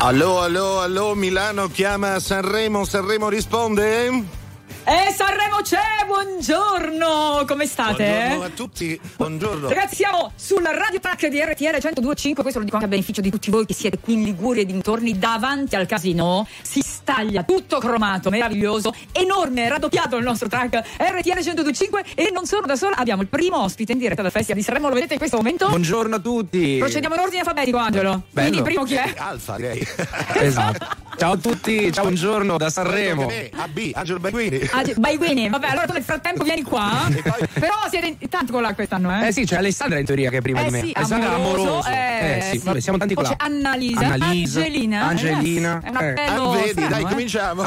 Allo, Milano chiama Sanremo risponde? Sanremo c'è, buongiorno, come state? Buongiorno a tutti, buongiorno. Ragazzi, siamo sulla Radio Track di RTL 102.5, questo lo dico anche a beneficio di tutti voi che siete qui in Liguria e dintorni, davanti al casino, si staglia, tutto cromato, meraviglioso, enorme, raddoppiato il nostro track RTL 102.5 e non sono da sola, abbiamo il primo ospite in diretta dal Festival di Sanremo, lo vedete in questo momento? Buongiorno a tutti. Procediamo in ordine alfabetico, Angelo. Bello. Quindi primo chi è? Alfa, direi. Esatto. Ciao a tutti, ciao, buongiorno da Sanremo. AB, Angelo Baiguini. Baiguini, vabbè, allora tu nel frattempo vieni qua. Però siete tanti con là quest'anno, Sì, c'è Alessandra in teoria che è prima di me. Sì, Alessandra Amoroso. Sì. Vabbè, siamo tanti con là. C'è Annalisa, Angelina. È un appello Vedi, strano, dai, cominciamo.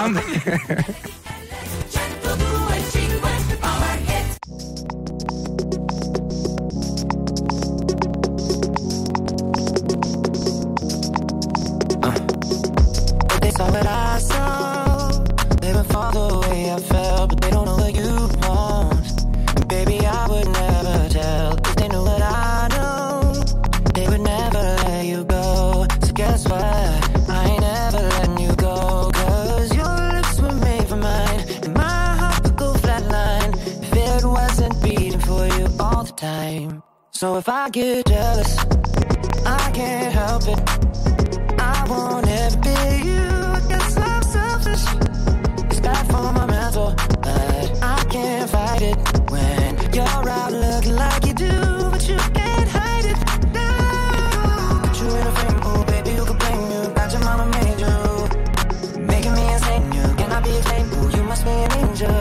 What I saw, living for the way I felt, but they don't know what you want. Baby, I would never tell. If they knew what I know, they would never let you go. So guess what? I ain't never letting you go. Cause your lips were made for mine, and my heart could go flatline if it wasn't beating for you all the time. So if I get jealous, I can't help it. I want every bit of you. I'm selfish. It's bad for my mental, but I can't fight it when you're out looking like you do, but you can't hide it. No, put you in a frame, oh baby, who could blame you? Got your mama made you, making me insane. You cannot be explained, oh, you must be an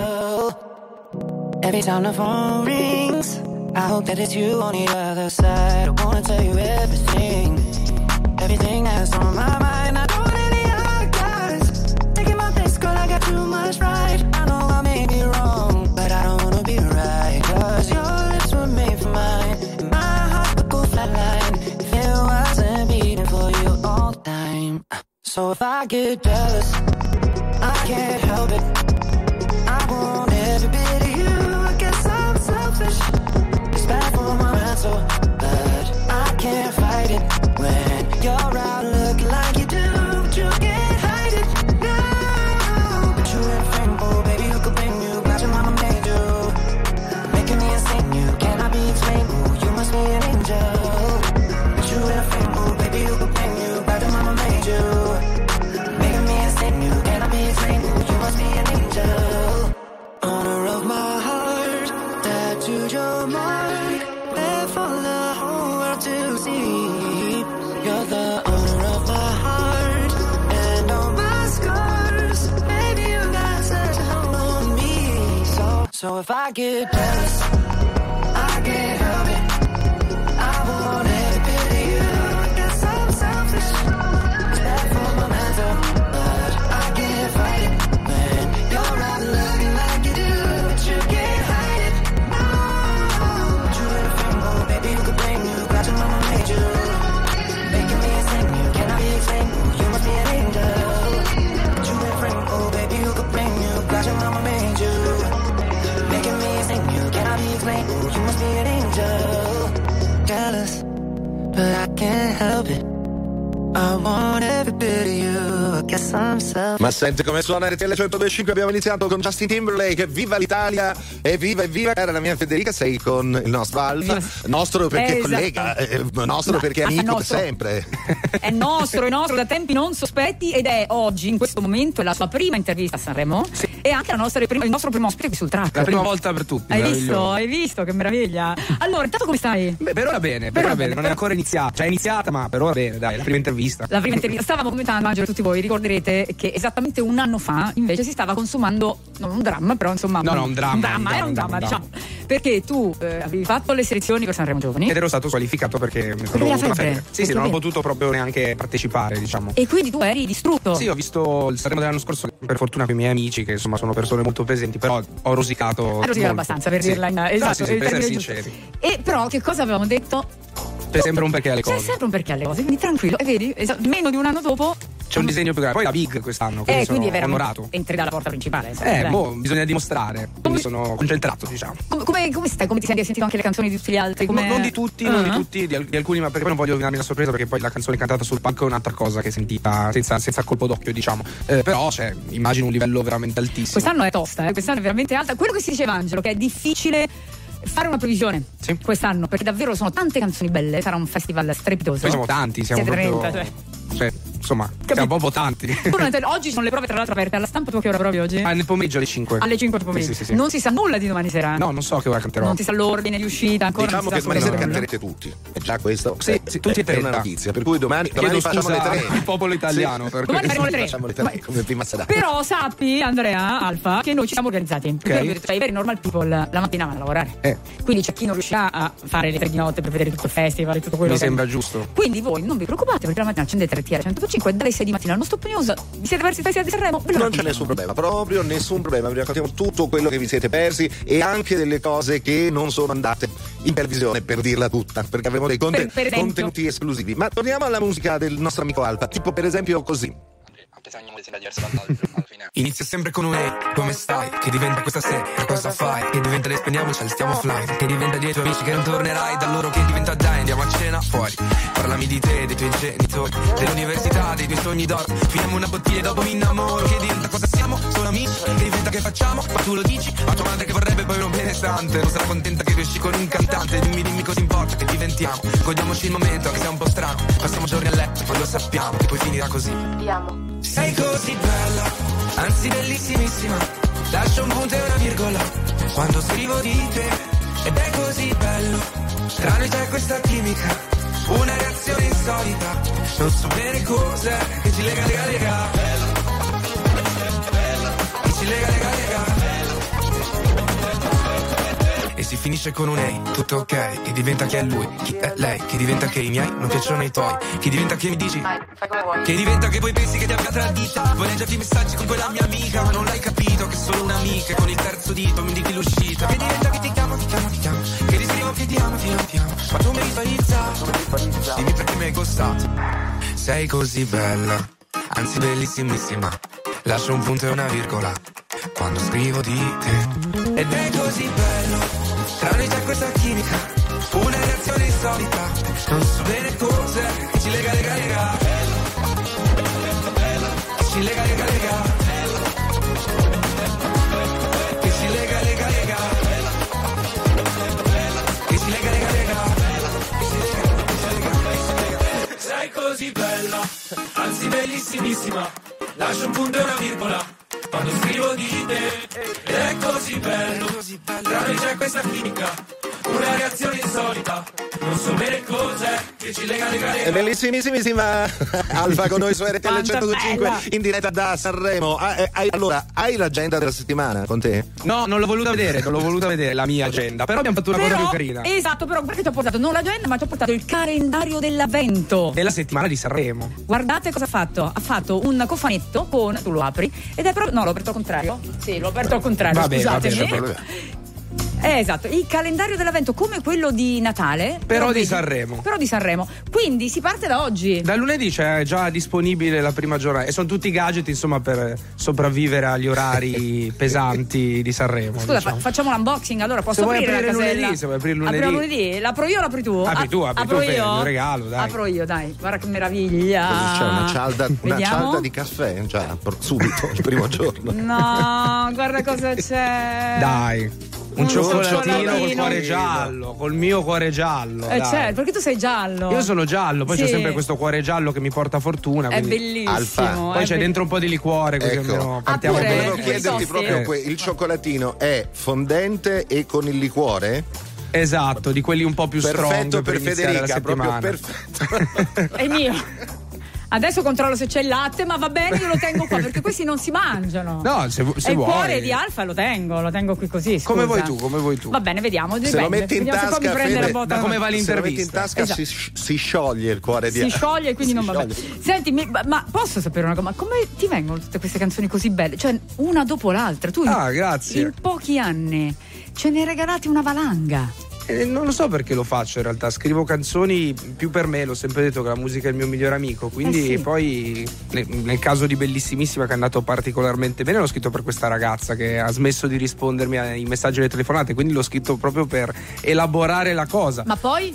angel. Every time the phone rings, I hope that it's you on the other side. I wanna tell you everything that's on my mind. I don't want any other guys taking my place, girl, I got too much pride. I know I may be wrong, but I don't wanna be right. Cause your lips were made for mine, and my heart would go flatline if it wasn't beating for you all the time. So if I get jealous, I can't help it. I want every bit of you. I guess I'm selfish. It's bad for my mental, but I can't fight it when you're out looking like you do, but you can't hide it. No, but you in a frame, oh baby, who could blame you? Glad your mama made you, making me insane. You cannot be explained, oh, you must be an angel. But you in a frame, oh baby, who could blame you? Glad your mama made you, making me insane. You cannot be explained, oh, you must be an angel. Honor of my heart, tattooed your mark, there for the whole world to see. You're the owner of my heart and all my scars. Baby, you got such a hold on me. So if I get jealous, I can't help it. I want every bit of you. I guess I'm selfish. It's bad for my mental, but I can't fight it when you're out looking like you do, but you can't hide it. No, but you in a frame, oh baby, who could blame you? Glad your mama made you, making me insane. You cannot be explained, oh, you must be an angel. But you in a frame, oh baby, who could blame you? Glad your mama made you, making me insane. You cannot be explained, oh, you must be an angel. Jealous, but I can't help it. I want every bit of you. I guess I'm selfish. Ma senti come suona RTL 102.5. Abbiamo iniziato con Justin Timberlake, viva l'Italia, evviva, cara la mia Federica, sei con il nostro Alfa, nostro perché Esatto. collega, nostro perché amico nostro. sempre. È nostro da tempi non sospetti ed è oggi, in questo momento, la sua prima intervista a Sanremo e anche il nostro primo ospite qui sul track. La prima volta per tutti. Hai visto che meraviglia. Allora, intanto come stai? Beh, per ora bene, non è ancora iniziata. Cioè è iniziata, ma per ora bene, dai, la prima intervista. Stavamo commentando, Angelo, tutti voi ricorderete che esattamente un anno fa invece si stava consumando non un dramma, però insomma un dramma, diciamo, perché tu avevi fatto le selezioni per Sanremo Giovani ed ero stato squalificato perché mi sono avuto una febbre. Sì, non ho potuto proprio neanche partecipare, diciamo. E quindi tu eri distrutto. Sì, ho visto il Sanremo dell'anno scorso, per fortuna con i miei amici, che insomma sono persone molto presenti, però ho rosicato. Abbastanza, per dirla in esatto, per essere sinceri. E però che cosa avevamo detto? C'è sempre un perché alle cose. C'è sempre un perché alle cose, quindi tranquillo. E vedi, meno di un anno dopo c'è un disegno più grande. Poi la Big quest'anno, quindi sono quindi è veramente onorato. entri dalla porta principale. Bisogna dimostrare. Quindi sono concentrato, diciamo. Come stai? Come ti senti? Hai sentito anche le canzoni di tutti gli altri? Non di tutti, di alcuni, ma perché poi non voglio rovinarmi la sorpresa, perché poi la canzone cantata sul palco è un'altra cosa che è sentita senza colpo d'occhio, diciamo. Però immagino un livello veramente altissimo. Quest'anno è tosta, quest'anno è veramente alta. Quello che si diceva Angelo, che è difficile fare una previsione quest'anno, perché davvero sono tante canzoni belle, sarà un festival strepitoso. Noi siamo tanti, siamo siete proprio 30, insomma, siamo proprio tanti. Oggi sono le prove tra l'altro aperte alla stampa. Tu a che ora provi oggi? Nel pomeriggio alle 5. Alle 5 del pomeriggio. Sì. Non si sa nulla di domani sera. No, non so che ora canterò. Non si sa l'ordine di uscita ancora. Diciamo che domani sera canterete tutti. E già questo tutti e tre. È una notizia. Per cui domani facciamo le tre. Il popolo italiano. Domani faremo le tre. Facciamo le tre come prima serata. Però sappi, Andrea, Alfa, che noi ci siamo organizzati. Perché i veri normal people la mattina vanno a lavorare. Quindi c'è chi non riuscirà a fare le 3 di notte per vedere tutto il festival e tutto quello. Mi sembra giusto. Quindi voi non vi preoccupate, perché la mattina accendete RTL 105 e dalle 6 di mattina al nostro Top News vi siete persi il Festival di Sanremo. Non c'è nessun problema, proprio nessun problema. Vi raccontiamo tutto quello che vi siete persi e anche delle cose che non sono andate in televisione, per dirla tutta, perché avremo dei contenuti esclusivi. Ma torniamo alla musica del nostro amico Alfa, tipo per esempio così. Inizia sempre con un ehi, come stai? Che diventa questa sera, cosa fai? Che diventa ne spendiamoci, stiamo offline. Che diventa dei tuoi amici che non tornerai. Da loro che diventa dai, andiamo a cena fuori. Parlami di te, dei tuoi genitori, dell'università, dei tuoi sogni d'oro. Finiamo una bottiglia e dopo mi innamoro. Che diventa cosa siamo? Solo amici. Che diventa che facciamo? Ma tu lo dici? Ma tua madre che vorrebbe poi un benestante. Non sarà contenta che esci con un cantante. Dimmi cosa importa che diventiamo. Godiamoci il momento anche se è un po' strano. Passiamo giorni a letto, poi lo sappiamo che poi finirà così. Sei così bella, anzi bellissimissima. Lascio un punto e una virgola quando scrivo di te. Ed è così bello, tra noi c'è questa chimica, una reazione insolita. Non so bene cos'è che ci lega. Che ci lega. E si finisce con un ehi, tutto ok. Che diventa chi è lui, chi è lei. Che diventa che i miei non piacciono i tuoi. Che diventa che mi dici, che diventa che poi pensi che ti abbia tradita. Poi leggi i messaggi con quella mia amica, ma non l'hai capito che è solo un'amica. E con il terzo dito mi dici l'uscita. Che diventa che ti chiamo. Che riscrivo che ti amo. Ma tu mi fai iniziare. Dimmi perché mi hai costato. Sei così bella, anzi bellissimissima. Lascio un punto e una virgola quando scrivo di te. Ed è così bello, tra noi c'è questa chimica, una reazione insolita. Non so bene cos'è che ci lega. Che ci lega. Che ci lega. Che ci lega. Sei così bella, anzi bellissimissima. Lascio un punto e una virgola quando scrivo di te. Ed è così bello, tra noi c'è questa chimica, una reazione insolita. Non so bene cos'è che ci lega. È bellissimissima Alfa con noi su RTL 105 in diretta da Sanremo. Allora, hai l'agenda della settimana con te? No, non l'ho voluta vedere la mia agenda. Però abbiamo fatto una cosa più carina. Esatto, però perché ti ho portato non l'agenda, ma ti ho portato il calendario dell'avvento della settimana di Sanremo. Guardate cosa ha fatto. Ha fatto un cofanetto con, tu lo apri ed è proprio, no, l'ho aperto al contrario. Sì, l'ho aperto al contrario, scusatemi. Esatto, il calendario dell'avvento come quello di Natale, però di Sanremo. Quindi si parte da oggi. Da lunedì c'è già disponibile la prima giornata e sono tutti gadget, insomma, per sopravvivere agli orari pesanti di Sanremo. Scusa, diciamo. Facciamo l'unboxing, allora posso aprire la casella? Se vuoi aprire lunedì. Apriamo lunedì. L'apro io o l'apri tu? Apri tu, un regalo, dai. Apro io, dai. Guarda che meraviglia. C'è una cialda di caffè, già subito, il primo giorno. No, guarda cosa c'è. Dai. Un cioccolatino col cuore giallo, col mio cuore giallo. Certo, perché tu sei giallo. Io sono giallo, poi c'è sempre questo cuore giallo che mi porta fortuna. È bellissimo. Alfa. Poi c'è dentro un po' di liquore, così almeno partiamo bene. Volevo chiederti proprio il cioccolatino è fondente e con il liquore? Esatto, di quelli un po' più strong per Federica, proprio perfetto. È mio. Adesso controllo se c'è il latte, ma va bene, io lo tengo qua perché questi non si mangiano. No, se vuoi. Il cuore di Alfa lo tengo qui così. Scusa. Come vuoi tu. Va bene, vediamo. Se lo metti in tasca, da come va l'intervista. Se lo metti in tasca si scioglie il cuore di Alfa. Si scioglie e quindi non va bene. Senti, ma posso sapere una cosa? Ma come ti vengono tutte queste canzoni così belle? Cioè, una dopo l'altra. Tu grazie. In pochi anni ce ne hai regalati una valanga. Non lo so perché lo faccio in realtà, scrivo canzoni più per me, l'ho sempre detto che la musica è il mio migliore amico, quindi sì. Poi nel caso di Bellissimissima, che è andato particolarmente bene, l'ho scritto per questa ragazza che ha smesso di rispondermi ai messaggi e alle telefonate, quindi l'ho scritto proprio per elaborare la cosa. Ma poi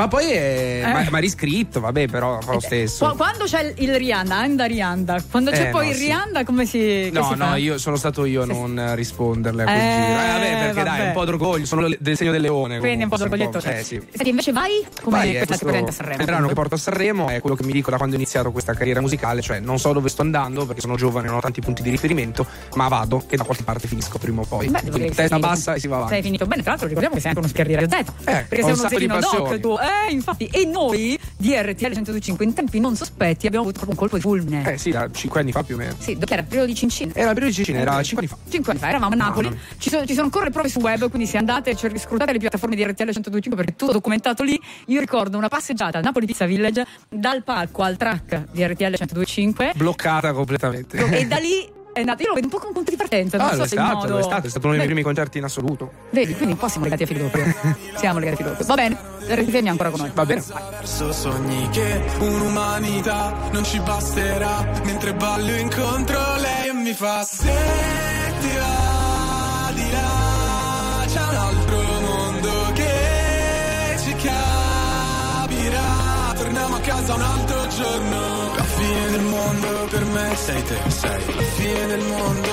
Ma riscritto, vabbè, però fa lo stesso. Quando c'è il Rihanna, quando c'è poi il Rihanna, come si fa? Io sono stato io a non risponderle a quel giro. Perché dai, è un po' d'orgoglio, sono del segno del leone. Quindi un po' d'orgoglietto. Sì. Senti, invece vai? Come questa presente a Sanremo? Il brano che porto a Sanremo è quello che mi dico da quando ho iniziato questa carriera musicale, cioè non so dove sto andando perché sono giovane, non ho tanti punti di riferimento, ma vado e da qualche parte finisco prima o poi. Quindi testa bassa e si va avanti. Sei finito bene, tra l'altro ricordiamo che sei anche uno speaker di Radio Z. Perché sei uno zerino doc tu. Infatti. E noi di RTL 102.5 in tempi non sospetti abbiamo avuto proprio un colpo di fulmine. Sì, da 5 anni fa più o meno. Sì, dopo era il periodo di Cincin. Era il periodo di Cincin, era 5 anni fa. 5 anni fa, eravamo a Napoli. Ci sono ancora le prove su web, quindi se andate, scrutate le piattaforme di RTL 102.5 perché è tutto documentato lì. Io ricordo una passeggiata al Napoli Pizza Village dal palco al track di RTL 102.5. Bloccata completamente. E da lì è nato, io lo vedo un po' come un punto di partenza. Non so se in modo... è stato uno dei miei primi concerti in assoluto. Vedi, quindi un po' siamo legati a filo doppio. Siamo legati a filo doppio. Va bene, riferiamo ancora con noi. Va bene. Verso sogni che un'umanità non ci basterà. Mentre ballo incontro lei e mi fa se ti va di là c'è un altro mondo che ci capirà. Torniamo a casa un altro giorno. La fine del mondo per me sei te, sei la fine del mondo.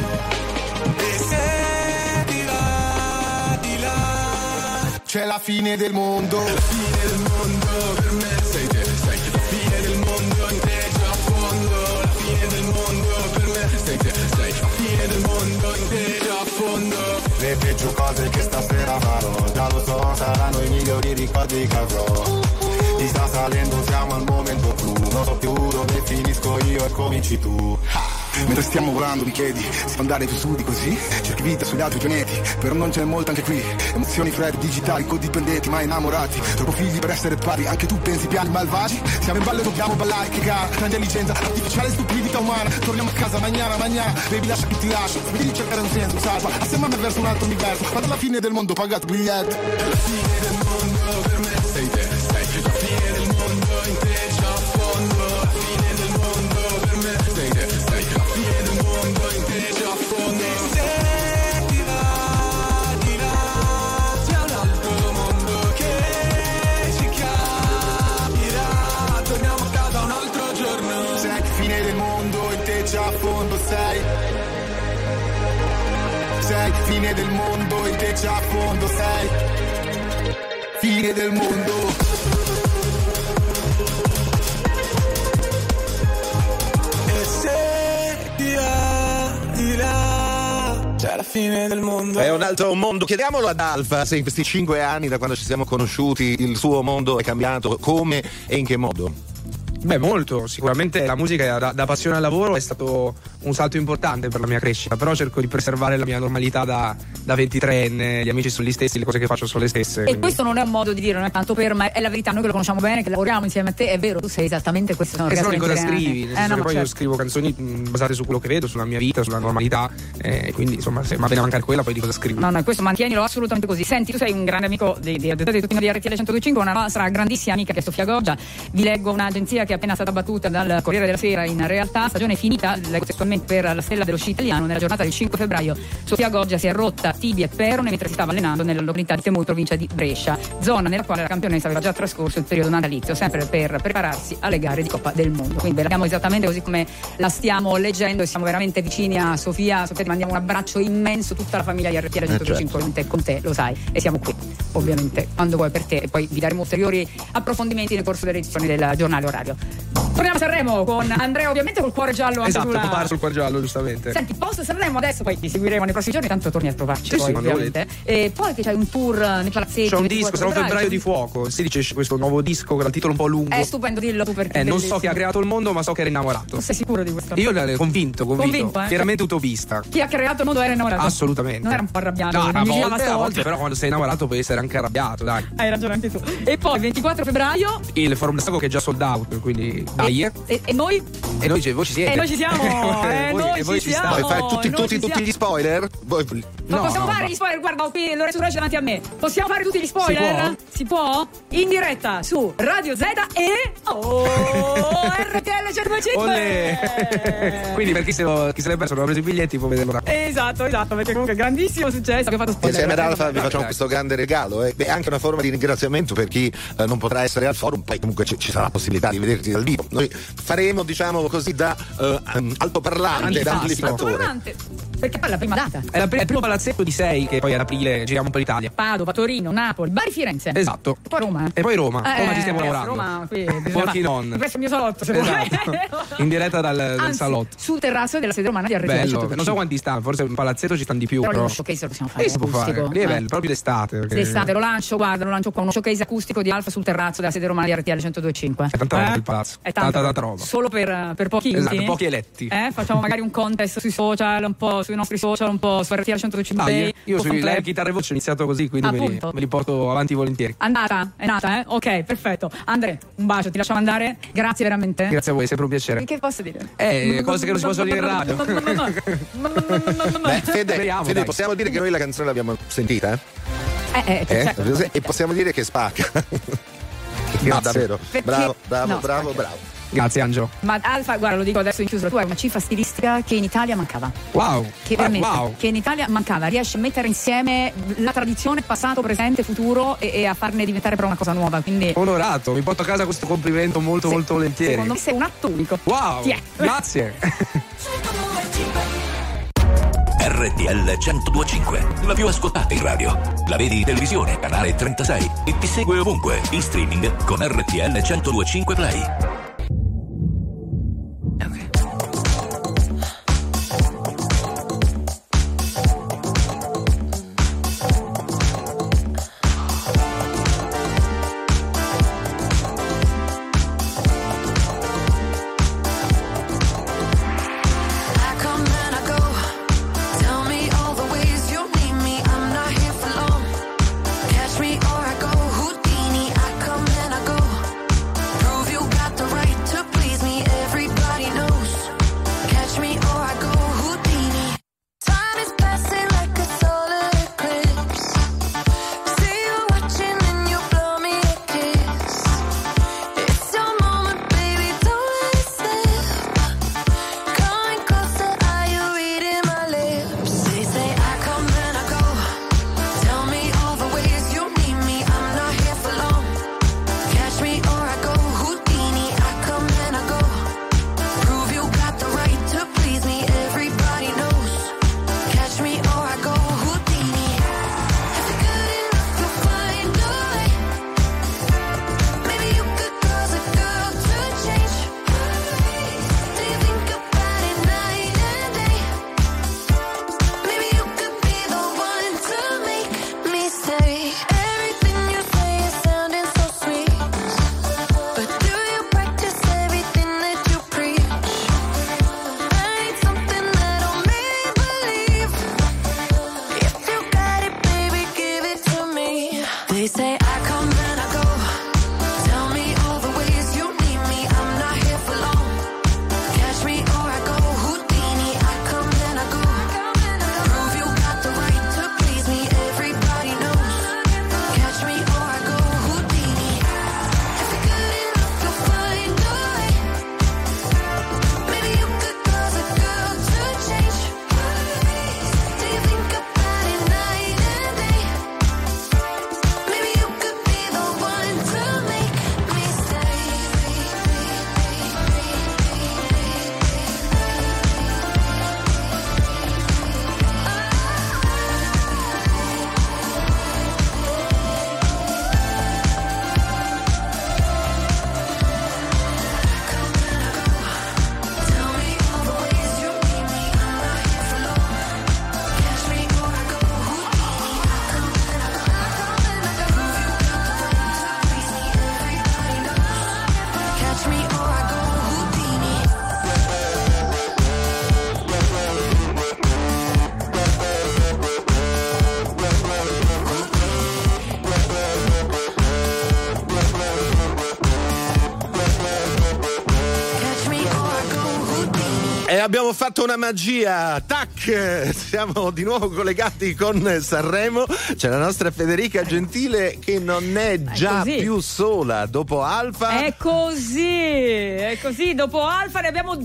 E se ti va di là c'è la fine del mondo. La fine del mondo per me sei te, sei la fine del mondo. In te già a fondo. La fine del mondo per me sei te, sei la fine del mondo. In te già a fondo. Le peggio cose che stasera farò, già lo so, saranno i migliori ricordi che avrò. Ti sta salendo, siamo al momento clou. Non so più dove finisco io e cominci tu. Mentre stiamo volando mi chiedi se può andare più su di così. Cerchi vita sugli altri pianeti, però non c'è molto anche qui. Emozioni fredde, digitali, codipendenti, ma innamorati. Troppo figli per essere pari, anche tu pensi piani malvagi. Siamo in ballo e dobbiamo ballare, che gara, tra intelligenza artificiale e stupidità umana. Torniamo a casa mañana, baby lascia che ti lascio. Vedi di cercare un senso, salva, assieme a me verso un altro universo. Vado alla fine del mondo, pagato biglietto. La fine del mondo per me sei te, sei la fine del mondo. In te già a fondo. La fine del mondo per me sei te, sei la fine del mondo. In te già a fondo. E se ti va di là c'è un altro mondo che ci capirà. Torniamo a casa un altro giorno. Sei fine del mondo e te già a fondo sei. Sei fine del mondo e te già a fondo sei. Fine del mondo. E se ti va di là c'è la fine del mondo. È un altro mondo. Chiediamolo ad Alfa se in questi 5 anni da quando ci siamo conosciuti il suo mondo è cambiato, come e in che modo. Beh, molto, sicuramente la musica da passione al lavoro è stato un salto importante per la mia crescita, però cerco di preservare la mia normalità da 23enne, gli amici sono gli stessi, le cose che faccio sono le stesse. E quindi questo non è un modo di dire, non è tanto per, ma è la verità, noi che lo conosciamo bene, che lavoriamo insieme a te, è vero, tu sei esattamente questo. Sono che cosa scrivi, nel senso che poi io scrivo canzoni basate su quello che vedo, sulla mia vita, sulla normalità, quindi insomma se mi viene a mancare quella poi di cosa scrivo. No, questo mantienilo assolutamente così. Senti, tu sei un grande amico di tutti noi di RTL 102.5, una nostra grandissima amica che è Sofia Goggia. Vi leggo un'agenzia che è appena stata battuta dal Corriere della Sera. In realtà stagione finita, leggo testualmente, per la Stella dello Sci Italiano. Nella giornata del 5 febbraio Sofia Goggia si è rotta tibia e perone mentre si stava allenando nella località di Temui, provincia di Brescia, zona nella quale la campionessa aveva già trascorso il periodo natalizio, sempre per prepararsi alle gare di Coppa del Mondo. Quindi ve la diamo esattamente così come la stiamo leggendo e siamo veramente vicini a Sofia. Sofia, ti mandiamo un abbraccio immenso, tutta la famiglia di RTL 105 con te, lo sai, e siamo qui ovviamente quando vuoi per te, e poi vi daremo ulteriori approfondimenti nel corso delle edizioni del giornale orario. Torniamo a Sanremo con Andrea, ovviamente col cuore giallo anche esatto, popare sul cuore giallo, giustamente. Senti, post Sanremo adesso, poi ti seguiremo nei prossimi giorni, tanto torni a trovarci sì, poi, sì, ovviamente. E poi che c'hai un tour nei palazzetti. C'è un disco, sarà un febbraio di fuoco. Si dice questo nuovo disco dal titolo un po' lungo. È stupendo, dillo tu perché. Non so chi ha creato il mondo, ma so che era innamorato. Sei sicuro di questo? Io ero convinto. Chiaramente utopista. Chi ha creato il mondo era innamorato? Assolutamente. Non era un po' arrabbiato. No, a volte però quando sei innamorato puoi essere anche arrabbiato, dai. Hai ragione anche tu. E poi 24 febbraio il Forum Lago che è già sold out, quindi E noi? E noi voi ci siete. E noi ci siamo. Voi ci siamo. Vuoi fare tutti gli spoiler? Ma possiamo fare gli spoiler? Guarda, ho qui Lorenzo Roche davanti a me. Possiamo fare tutti gli spoiler? Si può? In diretta su Radio Z e RTL 105. Quindi per chi se l'è perso, non ha preso i biglietti, può vederlo. Esatto, perché comunque grandissimo successo che ha fatto spoiler. Insieme ad Alfa vi facciamo questo grande regalo, è anche una forma di ringraziamento per chi non potrà essere al forum, poi comunque ci sarà la possibilità di vederti dal vivo. Noi faremo, diciamo così, da altoparlante, da amplificatore. Perché poi è la prima data. È il primo palazzetto di 6 che poi ad aprile giriamo per l'Italia. Padova, Torino, Napoli, Bari, Firenze. Esatto. E poi Roma. Roma ci stiamo lavorando. Roma, qui. Working on. Questo è il mio salotto, se esatto. In diretta dal salotto. Sul terrazzo della sede romana di RTL 105. Non so quanti stanno, forse un palazzetto ci stanno di più. Però uno showcase lo possiamo fare. Si può fare. Lì è bello, proprio d'estate. D'estate lo lancio qua, uno showcase acustico di Alfa sul terrazzo della sede romana di RTL 102.5. È tanta roba il palazzo. È tanta roba. Solo per pochi esatto, pochi eletti. Facciamo magari un contest sui social, un po' sui nostri social, un po' su RTL 102.5. Io sui chitarre e voce ho iniziato così, quindi me li porto avanti volentieri. È nata, ok, perfetto. Andre, un bacio, ti lasciamo andare. Grazie veramente. Grazie a voi, è sempre un piacere. Che posso dire? Cose che non si possono dire in radio. Fede, possiamo dire che noi la canzone l'abbiamo sentita? Certo. E possiamo dire che spacca. No, davvero. Bravo. Grazie Angelo. Ma Alfa, guarda, lo dico adesso in chiusura, tu hai una cifra stilistica che in Italia mancava. Wow. Che in Italia mancava. Riesci a mettere insieme la tradizione, passato, presente, futuro e a farne diventare però una cosa nuova. Quindi onorato, mi porto a casa questo complimento molto volentieri. Secondo me sei un atto unico. Wow. Grazie. RTL 102.5, la più ascoltata in radio. La vedi in televisione, canale 36 e ti segue ovunque, in streaming con RTL 102.5 Play. Catch me or I go Houdini. I come and I go. Prove you got the right. abbiamo fatto una magia, tac, siamo di nuovo collegati con Sanremo. C'è la nostra Federica Gentile che non è già più sola dopo Alfa. È così, dopo Alfa ne abbiamo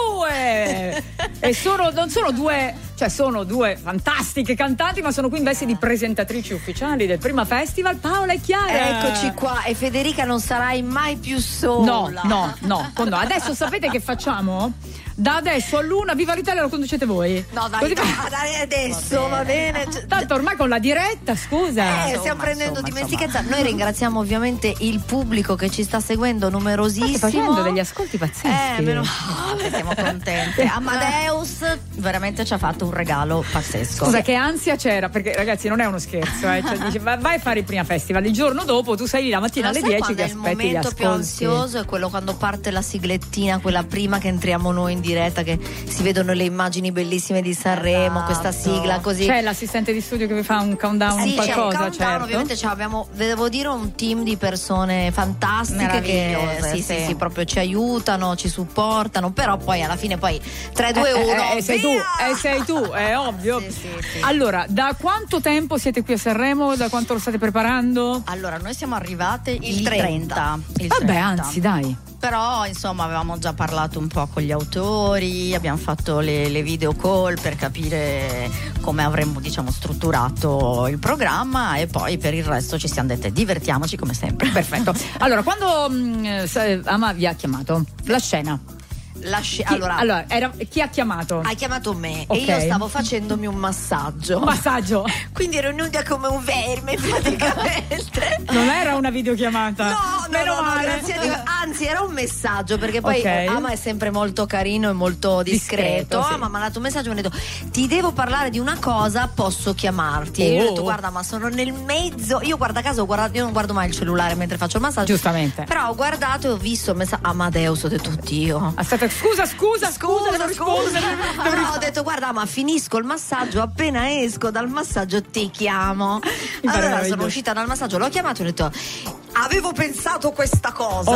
due e non sono due, cioè sono due fantastiche cantanti, ma sono qui in veste di presentatrici ufficiali del Prima Festival, Paola e Chiara. Eccoci qua, e Federica non sarai mai più sola. No. Adesso sapete che facciamo? Da adesso all'1 Viva l'Italia lo conducete voi. No, dai, adesso va bene. Tanto ormai con la diretta, scusa. Stiamo prendendo dimestichezza. Noi ringraziamo ovviamente il pubblico che ci sta seguendo, numerosissimo. State facendo degli ascolti pazzeschi. Meno male, siamo contenti. Amadeus veramente ci ha fatto un regalo pazzesco. Scusa, che ansia c'era, perché ragazzi non è uno scherzo, cioè, dice, vai a fare il Prima Festival, il giorno dopo tu sei lì la mattina alle 10 che aspetti gli ascolti. Il momento più ansioso è quello quando parte la siglettina, quella prima che entriamo noi in diretta, che si vedono le immagini bellissime di Sanremo, questa sigla così. C'è l'assistente di studio che vi fa un countdown, sì, qualcosa, c'è un countdown, certo. Ovviamente abbiamo, devo dire, un team di persone fantastiche che sì, proprio ci aiutano, ci supportano, però poi alla fine 3, 2, 1 sei tu, è ovvio. Sì. Allora, da quanto tempo siete qui a Sanremo? Da quanto lo state preparando? Allora, noi siamo arrivate il 30. Vabbè, anzi, dai. Però insomma avevamo già parlato un po' con gli autori, abbiamo fatto le video call per capire come avremmo strutturato il programma, e poi per il resto ci siamo dette divertiamoci come sempre. Perfetto. Allora, quando Ama vi ha chiamato, la scena. Allora, chi ha chiamato? Ha chiamato me, okay. E io stavo facendomi un massaggio. Quindi ero nuda come un verme praticamente. Non era una videochiamata? No, grazie a Dio. Anzi, era un messaggio, perché poi Ama è sempre molto carino e molto discreto. Sì. Ama mi ha dato un messaggio e mi ha detto: ti devo parlare di una cosa, posso chiamarti? E io ho detto: guarda, ma sono nel mezzo. Io guarda caso, io non guardo mai il cellulare mentre faccio il massaggio. Giustamente. Però ho guardato e ho visto il messaggio Amadeus, ho detto: oddio. Aspetta, scusa, ho detto: guarda, ma finisco il massaggio, appena esco dal massaggio ti chiamo. Allora sono uscita dal massaggio, l'ho chiamato e ho detto: avevo pensato questa cosa.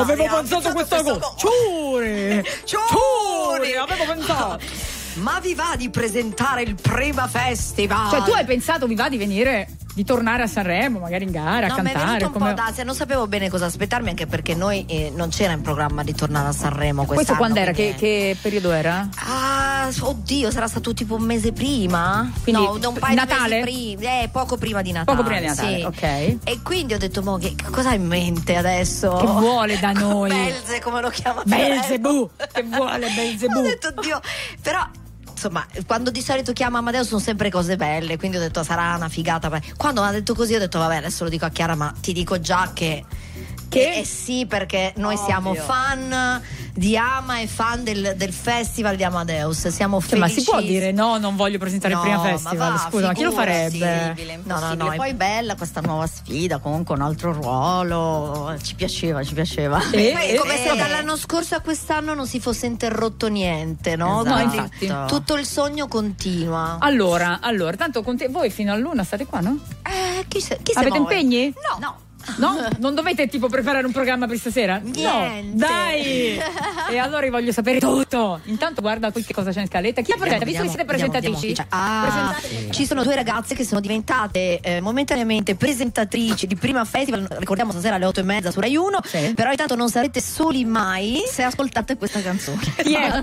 Ciuri, avevo pensato. Ma vi va di presentare il Prima Festival? Cioè tu hai pensato vi va di venire, di tornare a Sanremo, magari in gara, a cantare? No, mi è venuto un po' d'ansia, non sapevo bene cosa aspettarmi, anche perché noi non c'era in programma di tornare a Sanremo quest'anno. Questo quando era? Che periodo era? Oddio, sarà stato tipo un mese prima. Quindi un paio Natale? di mesi prima. Poco prima di Natale. Poco prima di Natale, sì. ok. E quindi ho detto: che cosa hai in mente adesso? Che vuole da noi? Belze, come lo chiama? Belzebù. Che vuole Belzebù? Ho detto: Dio, però insomma, quando di solito chiama Amadeus sono sempre cose belle, quindi ho detto sarà una figata. Quando mi ha detto così ho detto: vabbè, adesso lo dico a Chiara, ma ti dico già che sì, perché noi siamo fan di Ama e fan del festival di Amadeus, siamo felici. Ma si può dire no, non voglio presentare il Prima Festival? Scusa, ma chi lo farebbe? No, poi bella questa nuova sfida, comunque un altro ruolo, ci piaceva. Come se dall'anno scorso a quest'anno non si fosse interrotto niente, no? Esatto. No, infatti. Tutto il sogno continua. Allora, tanto voi fino all'1 state qua, no? Chi avete impegni? No. No? Non dovete tipo preparare un programma per stasera? Niente. No, dai! E allora io voglio sapere tutto. Intanto guarda qui che cosa c'è in scaletta. Chi ha presentato? Visto che siete presentatrici? Ci sono due ragazze che sono diventate momentaneamente presentatrici di Prima Festival. Ricordiamo stasera alle 8:30 su Rai 1. Sì. Però intanto non sarete soli mai se ascoltate questa canzone. Yeah.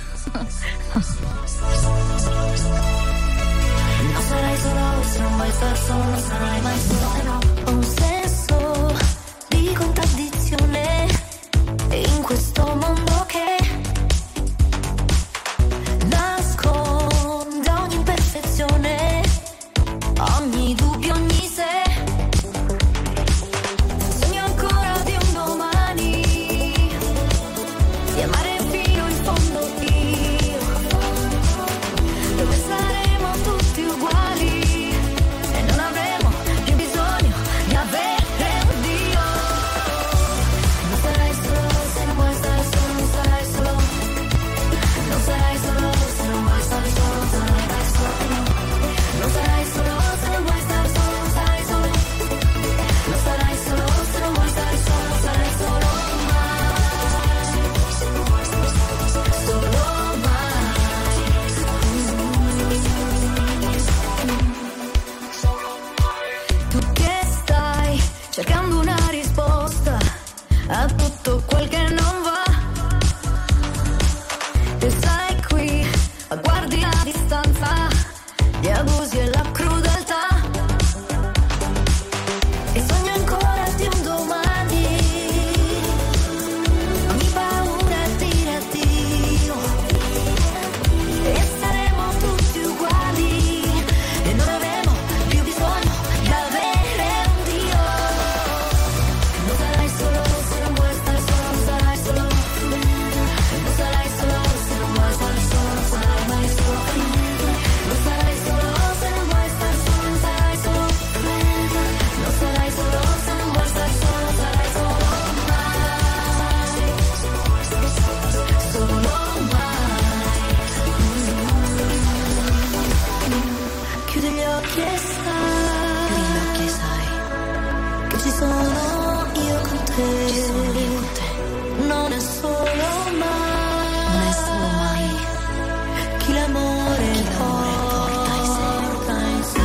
Non sarai solo, se non vuoi star solo, non sarai mai solo. Ho un senso di contraddizione in questo mondo che nasconde ogni imperfezione, ogni dubbio, ogni se. Sogno ancora di un domani, di amare fino in fondo io, dove saremo tutti uguali e non avremo più bisogno di avere a tutto quel che non va. E stai qui, guardi a distanza gli abusi e la crudeltà. E sogno ancora di un domani, ogni paura è dire addio. E saremo tutti uguali e non avremo più bisogno di avere un Dio. Non sarai solo se non vuoi stare solo, non sarai solo. Non sarai solo se non vuoi stare solo, non sarai mai solo. Non sarai solo se non vuoi stare solo, non sarai solo. Non sarai solo se non vuoi stare solo, non sarai solo mai. Solo mai. Chiudi gli occhi e sai che ci sono io con te. Non è solo mai chi l'amore porta in sé.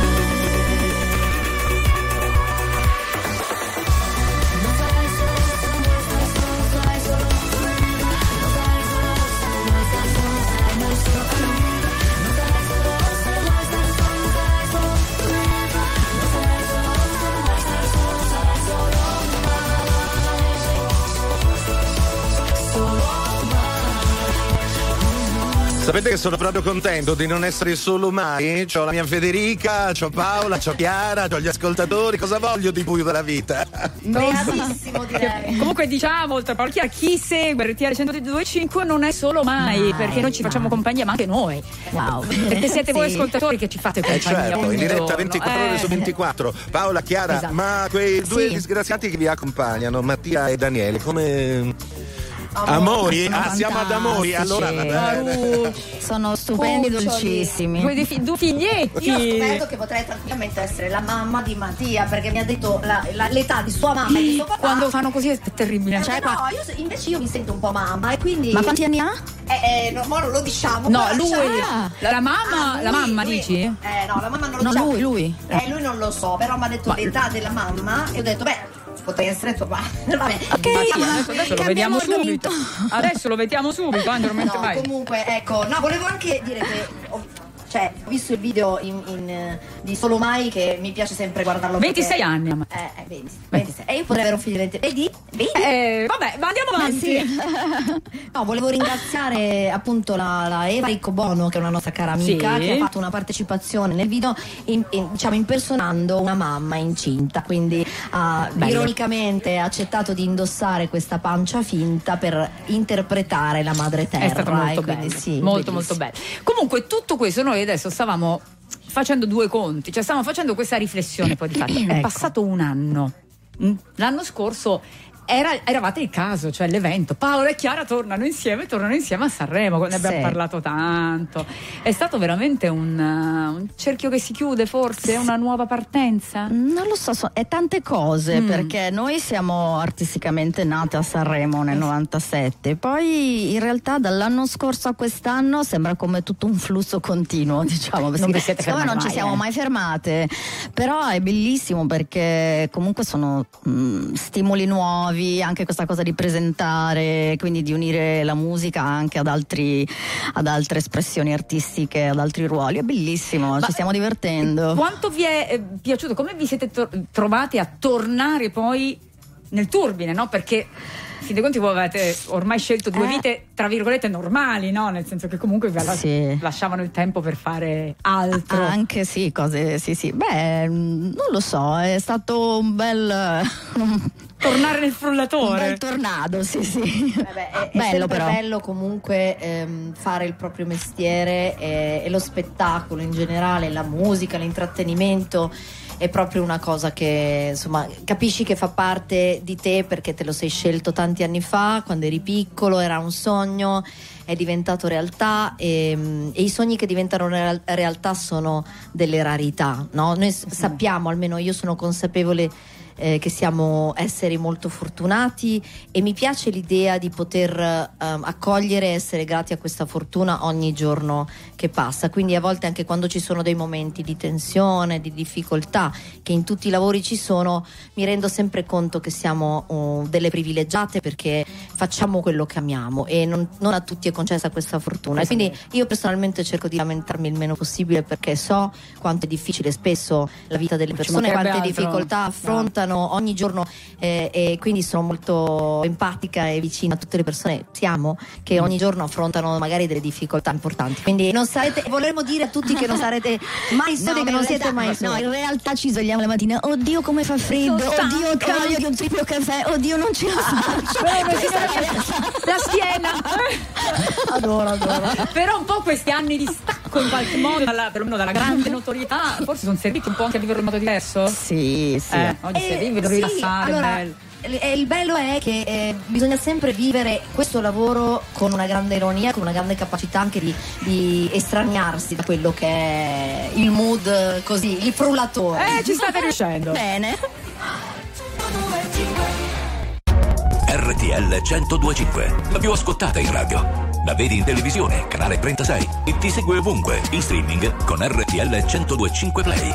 Non sarai solo se non vuoi stare solo, non sarai solo. Non sarai solo se non vuoi stare solo, non sarai mai solo. Non sarai solo se non vuoi stare solo, non sarai solo. Non sarai solo se non vuoi stare solo, non sarai solo mai. Solo mai. Sapete che sono proprio contento di non essere solo mai? C'ho la mia Federica, c'ho Paola, c'ho Chiara, c'ho gli ascoltatori. Cosa voglio di più della vita? Beatissimo, direi. Comunque diciamo, oltre a Paolo Chiara, chi segue RTL 102.5 non è solo mai, perché noi ci facciamo compagnia, ma anche noi. Wow. Perché siete voi ascoltatori che ci fate compagnia. Certo, ogni in diretta giorno. 24 ore su 24. Paola, Chiara, Esatto. ma quei due disgraziati che vi accompagnano, Mattia e Daniele, come... Amori? Ah, siamo ad amori, allora va bene. Sono stupendi, Cuccioli. dolcissimi. Due figlietti. Io ho scoperto che potrei tranquillamente essere la mamma di Mattia, perché mi ha detto l'età di sua mamma e di suo papà. Quando fanno così è terribile. Cioè, no, invece io mi sento un po' mamma e quindi. Ma quanti anni ha? No, non lo diciamo. No, però, lui. diciamo- La mamma, lui, la mamma lui. dici? No, la mamma non lo No, diciamo. lui. Lui non lo so, però mi ha detto l'età della mamma e ho detto, potrei essere tua mamma. Vabbè. Adesso lo vediamo subito. Adesso lo vediamo subito, non mentre vai. Comunque, ecco, no, volevo anche dire che ho visto il video di Solo Mai, che mi piace sempre guardarlo. 26 anni. 26. E io potrei avere un figlio di 20. Vedi? Vabbè, ma andiamo avanti. No, volevo ringraziare appunto la Eva Riccobono, che è una nostra cara amica, Sì. che ha fatto una partecipazione nel video diciamo impersonando una mamma incinta, quindi ha ironicamente accettato di indossare questa pancia finta per interpretare la madre terra. È stato molto quindi bello. sì, molto bellissimo. molto bello. Comunque tutto questo noi adesso stavamo facendo due conti, cioè stavamo facendo questa riflessione poi di fatto. È Ecco. passato un anno. L'anno scorso eravate il caso, cioè l'evento. Paola e Chiara tornano insieme a Sanremo, ne abbiamo Sì. parlato tanto. È stato veramente un cerchio che si chiude, forse, una nuova partenza? Non lo so, è tante cose, perché noi siamo artisticamente nate a Sanremo nel 97, poi in realtà dall'anno scorso a quest'anno sembra come tutto un flusso continuo, diciamo, Non vi siete siccome fermate non ci mai, siamo mai fermate, però è bellissimo perché comunque sono stimoli nuovi, anche questa cosa di presentare, quindi di unire la musica anche ad altre espressioni artistiche, ad altri ruoli, è bellissimo, ci stiamo divertendo. Quanto vi è piaciuto? Come vi siete trovati a tornare poi nel turbine, no? Perché fin dei conti voi avete ormai scelto due vite tra virgolette normali, no? Nel senso che comunque vi lasciavano il tempo per fare altro. Anche sì, cose sì. Beh, non lo so, è stato un bel tornare nel frullatore. Un bel tornado, sì. È bello sempre però. bello comunque fare il proprio mestiere e lo spettacolo in generale, la musica, l'intrattenimento è proprio una cosa che insomma capisci che fa parte di te, perché te lo sei scelto tanti anni fa, quando eri piccolo, era un sogno, è diventato realtà e i sogni che diventano realtà sono delle rarità, no? Noi sappiamo, almeno io sono consapevole che siamo esseri molto fortunati e mi piace l'idea di poter accogliere e essere grati a questa fortuna ogni giorno che passa. Quindi a volte anche quando ci sono dei momenti di tensione, di difficoltà, che in tutti i lavori ci sono, mi rendo sempre conto che siamo delle privilegiate perché facciamo quello che amiamo e non a tutti è concessa questa fortuna. E quindi io personalmente cerco di lamentarmi il meno possibile perché so quanto è difficile spesso la vita delle persone, quante difficoltà affrontano ogni giorno e quindi sono molto empatica e vicina a tutte le persone che ogni giorno affrontano magari delle difficoltà importanti. Quindi voleremo dire a tutti che non sarete mai soli, che non siete mai soli. No, in realtà ci svegliamo la mattina, oddio come fa freddo, oddio ho voglia di un triplo caffè, oddio non ce la faccio. La schiena. Adoro. Però un po' questi anni di stacco in qualche modo perlomeno dalla grande notorietà forse sono serviti un po' anche a vivere in modo diverso. Sì. Oggi si vive, devo rilassare. Allora, il bello è che bisogna sempre vivere questo lavoro con una grande ironia, con una grande capacità anche di estraniarsi da quello che è il mood così, il frullatore. Ci state riuscendo. Bene. RTL 102.5, la più ascoltata in radio. La vedi in televisione, canale 36 e ti segue ovunque in streaming con RTL 102.5 Play.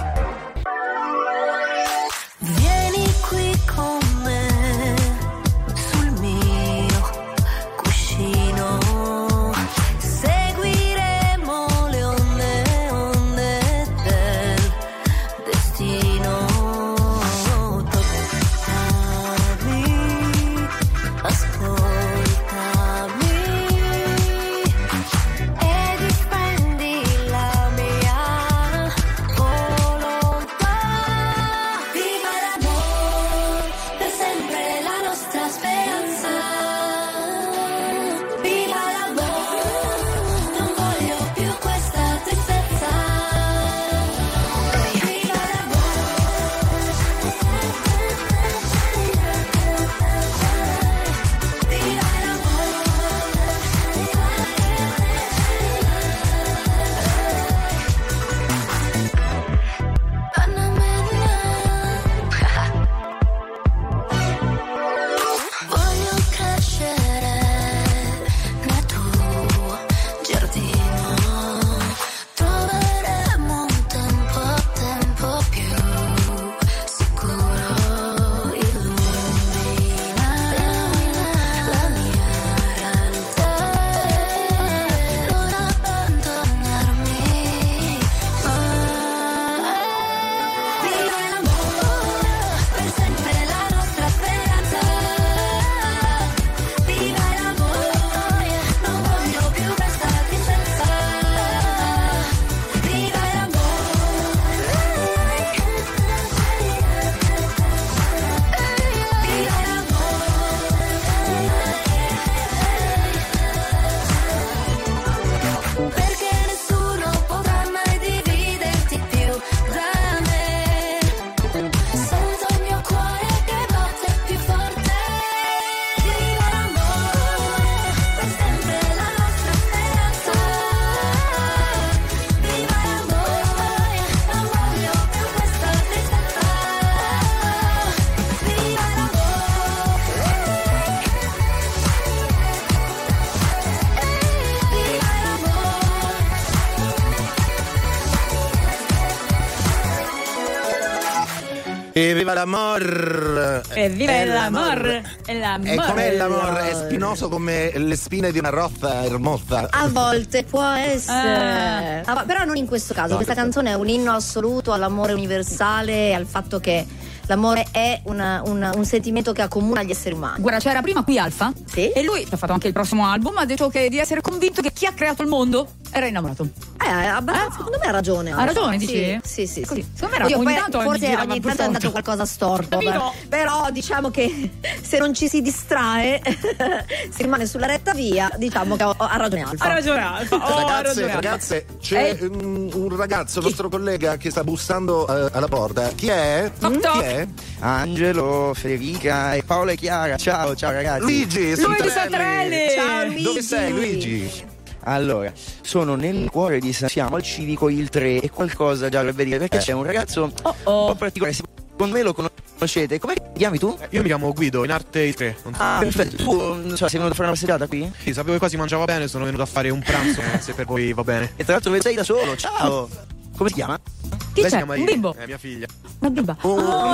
Vieni qui con me sul mio cuscino, seguiremo le onde del destino. Toccami, ascoltami e difendi la mia volontà. Viva l'amore, per sempre la nostra speranza. Viva l'amore, non voglio più questa tristezza. Viva voglio crescere nel tuo giardino, troveremo un tempo più sicuro, illumina la mia realtà, non abbandonarmi mai. Viva l'amore, per sempre la nostra speranza. Viva l'amore, non voglio più questa tristezza. Viva l'amore, viva l'amore, perché nessuno potrà mai dividerti più da me. Sento il mio cuore che batte più forte. Viva l'amore, per sempre la nostra speranza. Viva l'amore, non voglio più questa tristezza. Viva E viva l'amor! E viva l'amor! E com'è l'amor? È spinoso come le spine di una roffa ermosa. A volte può essere, però non in questo caso. Questa canzone è un inno assoluto all'amore universale e al fatto che l'amore è un sentimento che accomuna gli esseri umani. Guarda, c'era prima qui Alfa, Sì. e lui ha fatto anche il prossimo album, ha detto di essere convinto che chi ha creato il mondo era innamorato. Secondo me ha ragione. Ha ragione, dici? Sì. Così. Secondo me Oddio, ogni poi tanto forse girava ogni più tanto è forte. andato qualcosa storto. Capito? Però diciamo che se non ci si distrae, si rimane sulla retta via. Diciamo che ha ragione Alfa. Ha ragione Alfa. Ragazze, c'è un ragazzo, il nostro collega, che sta bussando alla porta. Chi è? Toc toc. Chi è? Angelo, Federica e Paola e Chiara. Ciao ragazzi. Luigi Lui di Santarelli. Ciao Luigi. Dove sei, Luigi? Allora, sono nel cuore di Siamo al Civico il 3 e qualcosa già dovrebbe dire perché c'è un ragazzo un po' particolare, si con me lo conoscete. Come ti chiami tu? Io mi chiamo Guido, in arte il 3. Perfetto. Tu sei venuto a fare una passeggiata qui? Sì, sapevo che qua si mangiava bene, sono venuto a fare un pranzo, se per voi va bene. E tra l'altro sei da solo, ciao! Come si chiama? Chi Lei c'è? si chiama Un bimbo? mia figlia. Una bimba. Un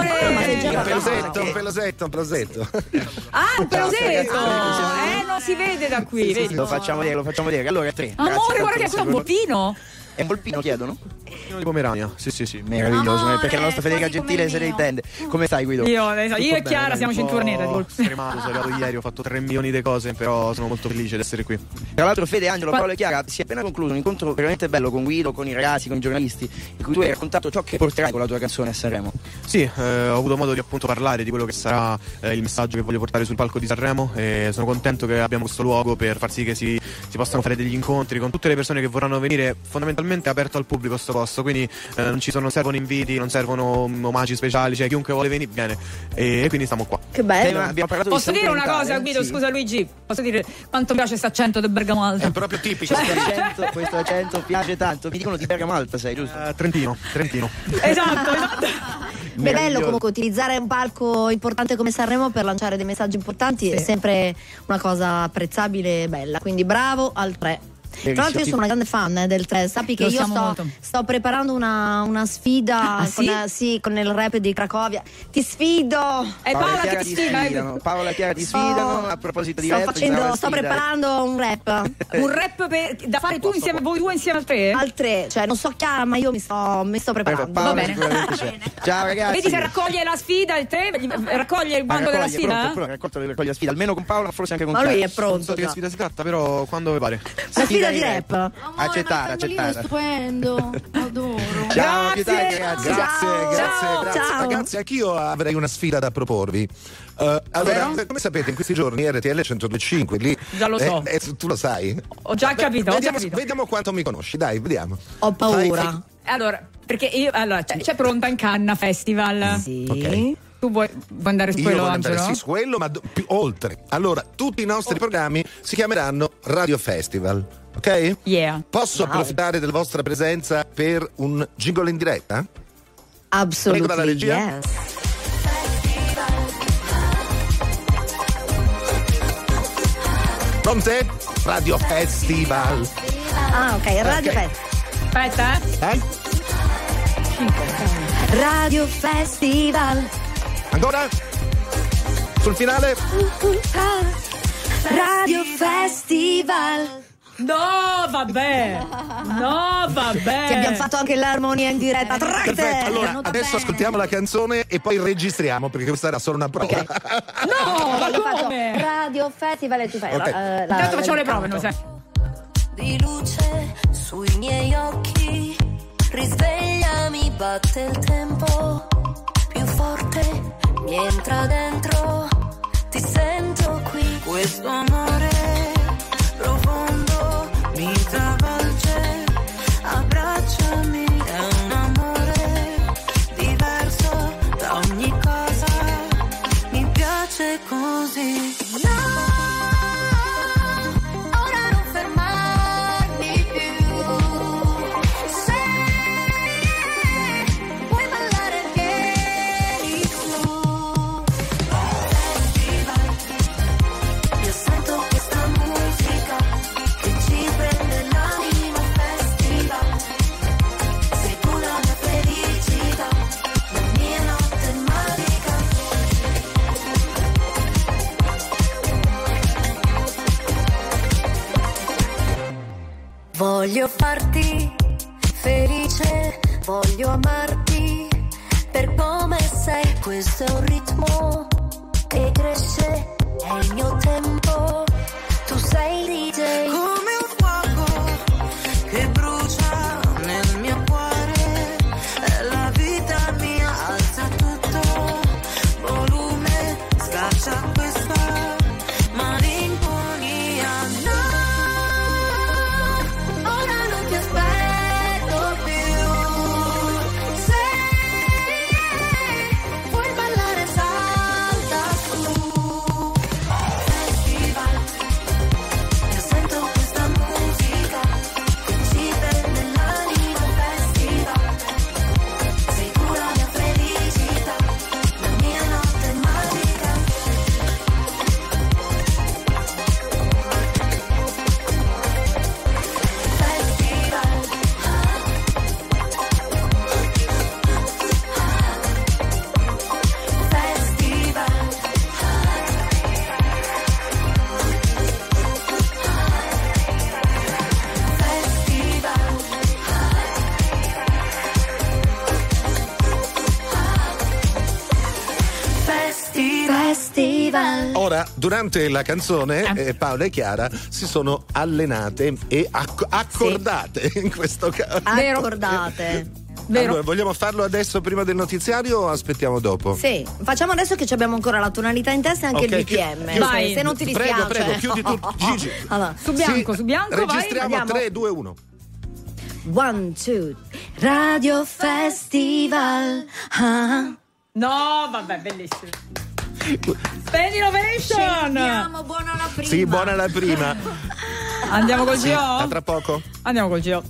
pelosetto. Ah, un pelosetto! Non si vede da qui. Sì, vedi? lo facciamo vedere. Allora, 3. Amore, guarda che è un volpino. È un volpino, chiedono? Di Pomerania, sì. Meraviglioso, perché la nostra Federica Gentile se ne intende. Come stai, Guido? Io e Chiara siamo cinturonette. Stremato, sono arrivato ieri, ho fatto 3 milioni di cose, però sono molto felice di essere qui. Tra l'altro, Fede, Angelo, Paolo e Chiara, si è appena concluso un incontro veramente bello con Guido, con i ragazzi, con i giornalisti, in cui tu hai raccontato ciò che porterai con la tua canzone a Sanremo. Sì, ho avuto modo di appunto parlare di quello che sarà il messaggio che voglio portare sul palco di Sanremo, e sono contento che abbiamo questo luogo per far sì che si possano fare degli incontri con tutte le persone che vorranno venire. Fondamentalmente è aperto al pubblico sto posto, quindi non servono inviti, non servono omaggi speciali, cioè chiunque vuole venire viene, e quindi stiamo qua. Che bello. Posso dire una cosa, Guido? Sì. Scusa Luigi, posso dire quanto mi piace questo accento del Bergamo Alto? È proprio tipico. Questo accento piace tanto. Mi dicono di Bergamo Alta, sei giusto? Trentino. Esatto. È bello comunque utilizzare un palco importante come Sanremo per lanciare dei messaggi importanti, è sempre una cosa apprezzabile e bella, quindi bravo al 3. Tra l'altro io sono una grande fan del 3, sappi che io sto preparando una sfida con il rap di Cracovia. Ti sfido! È Paola che ti sfida. Paola e Chiara ti sfidano. A proposito di rap, sto preparando un rap. Un rap da fare tu insieme, voi due insieme al 3? Al 3, cioè non so Chiara, ma io mi sto preparando. Va bene. Ciao ragazzi. Vedi se raccoglie la sfida il 3, raccoglie il bando della sfida? Raccoglie la sfida, almeno con Paola, forse anche con Chiara. Ma lui è pronto. Non so di che sfida si tratta, però quando vi pare. La sfida di rap. Accettare. Stupendo, adoro. Ciao, grazie. Ragazzi, anch'io avrei una sfida da proporvi. Allora, come sapete, in questi giorni RTL 102.5 lì. Già lo so. Tu lo sai? Ho già capito. Vediamo quanto mi conosci, dai, vediamo. Ho paura. Allora, perché c'è Pronta in Canna Festival. Sì. Ok. Tu vuoi andare su quello, Angelo? Io voglio andare su quello, ma più oltre. Allora, tutti i nostri programmi si chiameranno Radio Festival, ok? Yeah. Posso approfittare della vostra presenza per un jingle in diretta? Assolutamente. Prego dalla regia. Yes. Pronte? Radio Festival. Ah, ok, Radio Festival. Aspetta, Radio Festival. Ancora? Sul finale? Radio Festival. No, vabbè. Ti abbiamo fatto anche l'armonia in diretta. Perfetto, allora adesso ascoltiamo la canzone e poi registriamo, perché questa era solo una prova. Okay. No, ma come? Radio Festival e tu fai. Okay. Intanto facciamo le prove, non sai. Di luce sui miei occhi, risvegliami, batte il tempo, più forte mi entra dentro, ti sento qui, questo amore profondo mi travolge, abbracciami, è un amore diverso da ogni cosa, mi piace così. Voglio farti felice, voglio amarti per come sei. Questo è un ritmo che cresce, è il mio tempo. Tu sei DJ come un fuoco che brucia nel mio cuore. È la vita mia, alza tutto volume, scaccia questa malinconia. Ora, durante la canzone, Paola e Chiara si sono allenate e accordate in questo caso. Accordate. Vero. Allora, vogliamo farlo adesso prima del notiziario o aspettiamo dopo? Sì, facciamo adesso che abbiamo ancora la tonalità in testa e anche il BPM. Vai. Se non ti dispiace. Prego, chiudi tutto. Gigi. Allora, Su bianco, Registriamo vai. 3, 2, 1. 1, 2, Radio Festival. No, vabbè, bellissimo. Spegni Innovation. Buona la prima. Sì, buona la prima. Andiamo col Sì, GO? a tra poco. Andiamo col GO.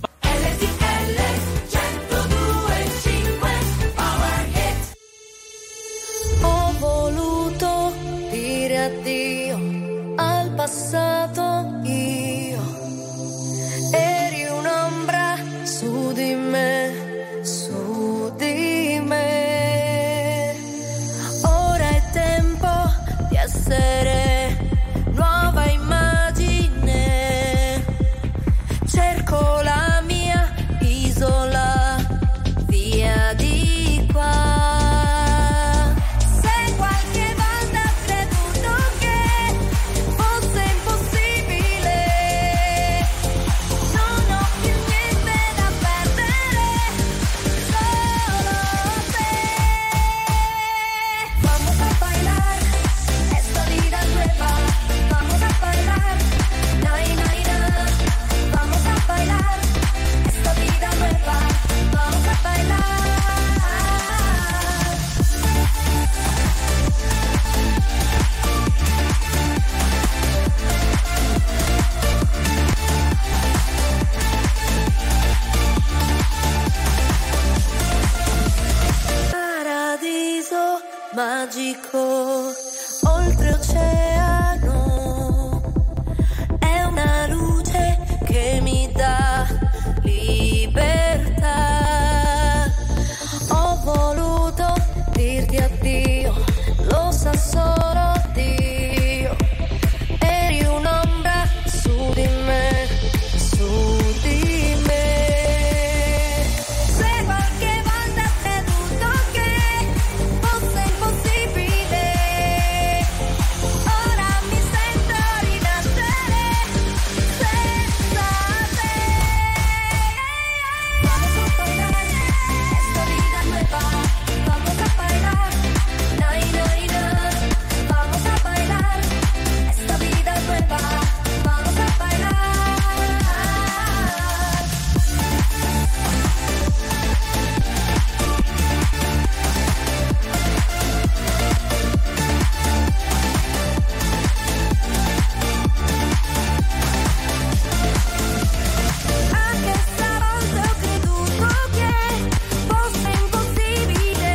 Ho voluto dire addio al passato io. Eri un'ombra su di me, su di me. Ora è tempo di essere nuova immagine. Cerco la mia isola, via di qua. Se qualche volta ho creduto che fosse impossibile, non ho più niente da perdere, solo te. Vamos a bailar, esta vida nueva. Vamos a bailar, nai nai na. Vamos a bailar, esta vida nueva. Vamos a bailar. Paradiso magico, oltreoceano, è una luce che mi dà libertà. Ho voluto dirti addio, lo sa solo Dio. Eri un'ombra su di me, su di me. Se qualche volta ho creduto che fosse impossibile, ora mi sento rinascere senza te. Vamos a bailar, esta vida nueva. Vamos a bailar, nai nai na. Vamos a bailar, esta vida nueva. Vamos a bailar. Anche stavolta ho creduto che fosse impossibile,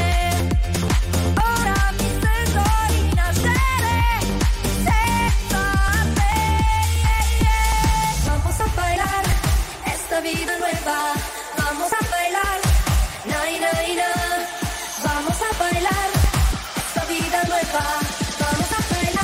ora mi sento rinascere senza te. Vamos a bailar, esta vida nueva. Vamos a bailar, nai nai na. Vamos a bailar, esta vida nueva. Vamos a bailar.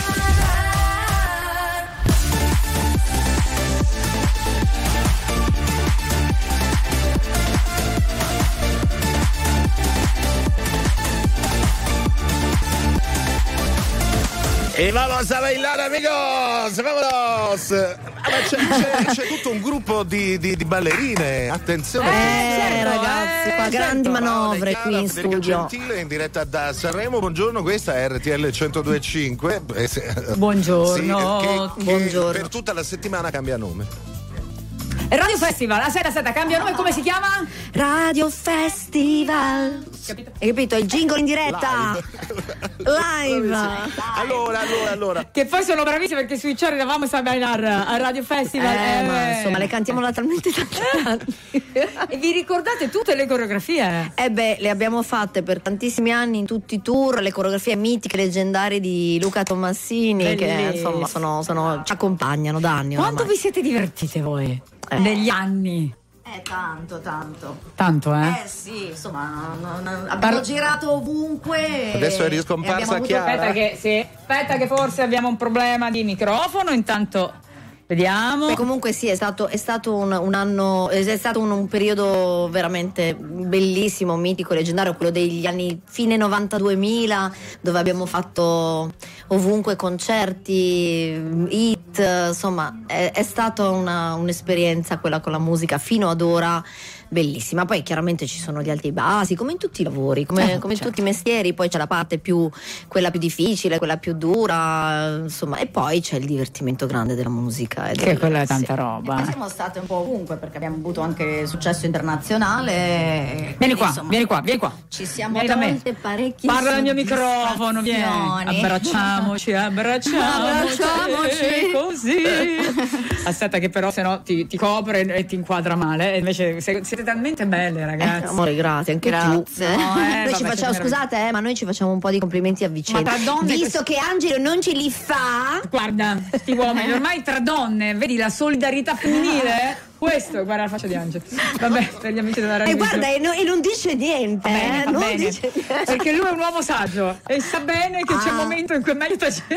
E vamos a bailar, amigos! Vámonos! Ma c'è tutto un gruppo di ballerine, attenzione! Ragazzi, qua grandi manovre qui in Federica studio. Gentile in diretta da Sanremo, buongiorno, questa è RTL 102.5. Buongiorno. Buongiorno. Per tutta la settimana cambia nome. Radio Festival, aspetta, cambia nome, come si chiama? Radio Festival. Capito? Hai capito? Il jingle in diretta. Live. Allora. Che poi sono bravissimi perché switchare da Vamos a bailar a Radio Festival. Ma insomma, le cantiamo da talmente tanti anni. E vi ricordate tutte le coreografie? Le abbiamo fatte per tantissimi anni in tutti i tour, le coreografie mitiche, leggendarie di Luca Tommasini, che insomma ci accompagnano da anni. Quanto oramai. vi siete divertite voi? Negli anni? Tanto. Tanto, Sì, insomma, abbiamo girato ovunque. Adesso è riscomparsa Chiara. Aspetta che forse abbiamo un problema di microfono, intanto Vediamo. Beh, comunque sì, è stato un anno, è stato un periodo veramente bellissimo, mitico, leggendario, quello degli anni fine 90-2000, dove abbiamo fatto ovunque concerti, hit, insomma è stata un'esperienza quella con la musica fino ad ora bellissima. Poi chiaramente ci sono gli alti e i bassi, come in tutti i lavori, come in tutti i mestieri. Poi c'è la parte quella più difficile, quella più dura, insomma, e poi c'è il divertimento grande della musica, che quella è tanta roba. E poi siamo state un po' ovunque, perché abbiamo avuto anche successo internazionale. Vieni qua, insomma, vieni qua. Ci siamo tolte parecchie. Parla dal mio microfono, vieni. Abbracciamoci così. Aspetta che però sennò ti copre e ti inquadra male. E invece siete talmente belle, ragazze. Amore, grazie, anche grazie. tu. Noi ci facciamo, scusate, ma noi ci facciamo un po' di complimenti a vicenda. Ma tra donne, visto che Angelo non ce li fa. Guarda, sti uomini, ormai tra donne, vedi la solidarietà femminile? Questo, guarda la faccia di Angelo. Vabbè, per gli amici della radio. E guarda, e non dice niente. Va bene. Dice niente. Perché lui è un uomo saggio e sa bene che c'è un momento in cui è meglio tacere.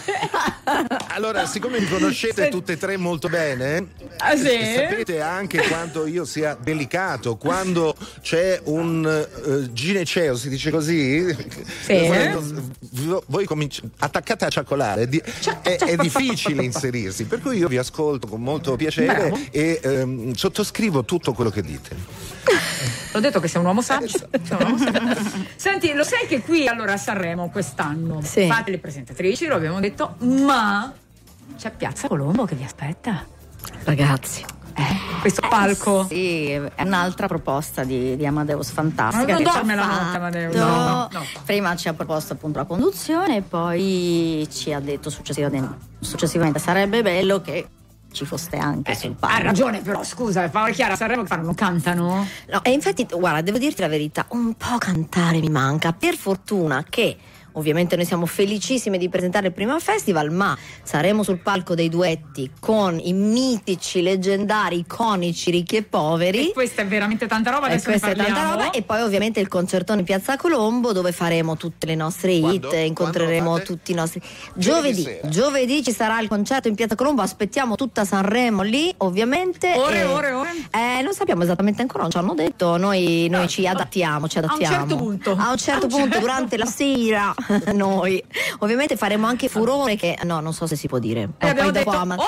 Allora, siccome mi conoscete tutte e tre molto bene, sapete anche quanto io sia delicato quando c'è un gineceo, si dice così? Sì. Voi attaccate a ciaccolare, è difficile inserirsi, per cui io vi ascolto con molto piacere. Bravo. E sottoscrivo tutto quello che dite. L'ho detto che sei un uomo saggio. Senti, lo sai che qui allora a Sanremo quest'anno fate le presentatrici, lo abbiamo detto, ma c'è Piazza Colombo che vi aspetta. Ragazzi, questo palco. Sì, è un'altra proposta di Amadeus fantastica. Ma non dorme la notte Amadeus. No. Prima ci ha proposto appunto la conduzione e poi ci ha detto successivamente sarebbe bello che ci foste anche sul palco. Ha ragione però, scusa, Paola Chiara, Sanremo che fanno? Non cantano? No, e infatti, guarda, devo dirti la verità, un po' cantare mi manca. Per fortuna che ovviamente noi siamo felicissimi di presentare il primo festival, ma saremo sul palco dei duetti con i mitici, leggendari, iconici Ricchi e Poveri. E questa è veramente tanta roba, adesso questa è tanta roba. E poi ovviamente il concertone in Piazza Colombo, dove faremo tutte le nostre hit, incontreremo tutti i nostri. Giovedì ci sarà il concerto in Piazza Colombo, aspettiamo tutta Sanremo lì, ovviamente. Ore. Non sappiamo esattamente ancora, non ci hanno detto, noi ci adattiamo. A un certo punto durante la sera noi ovviamente faremo anche Furore, che no, non so se si può dire. Abbiamo detto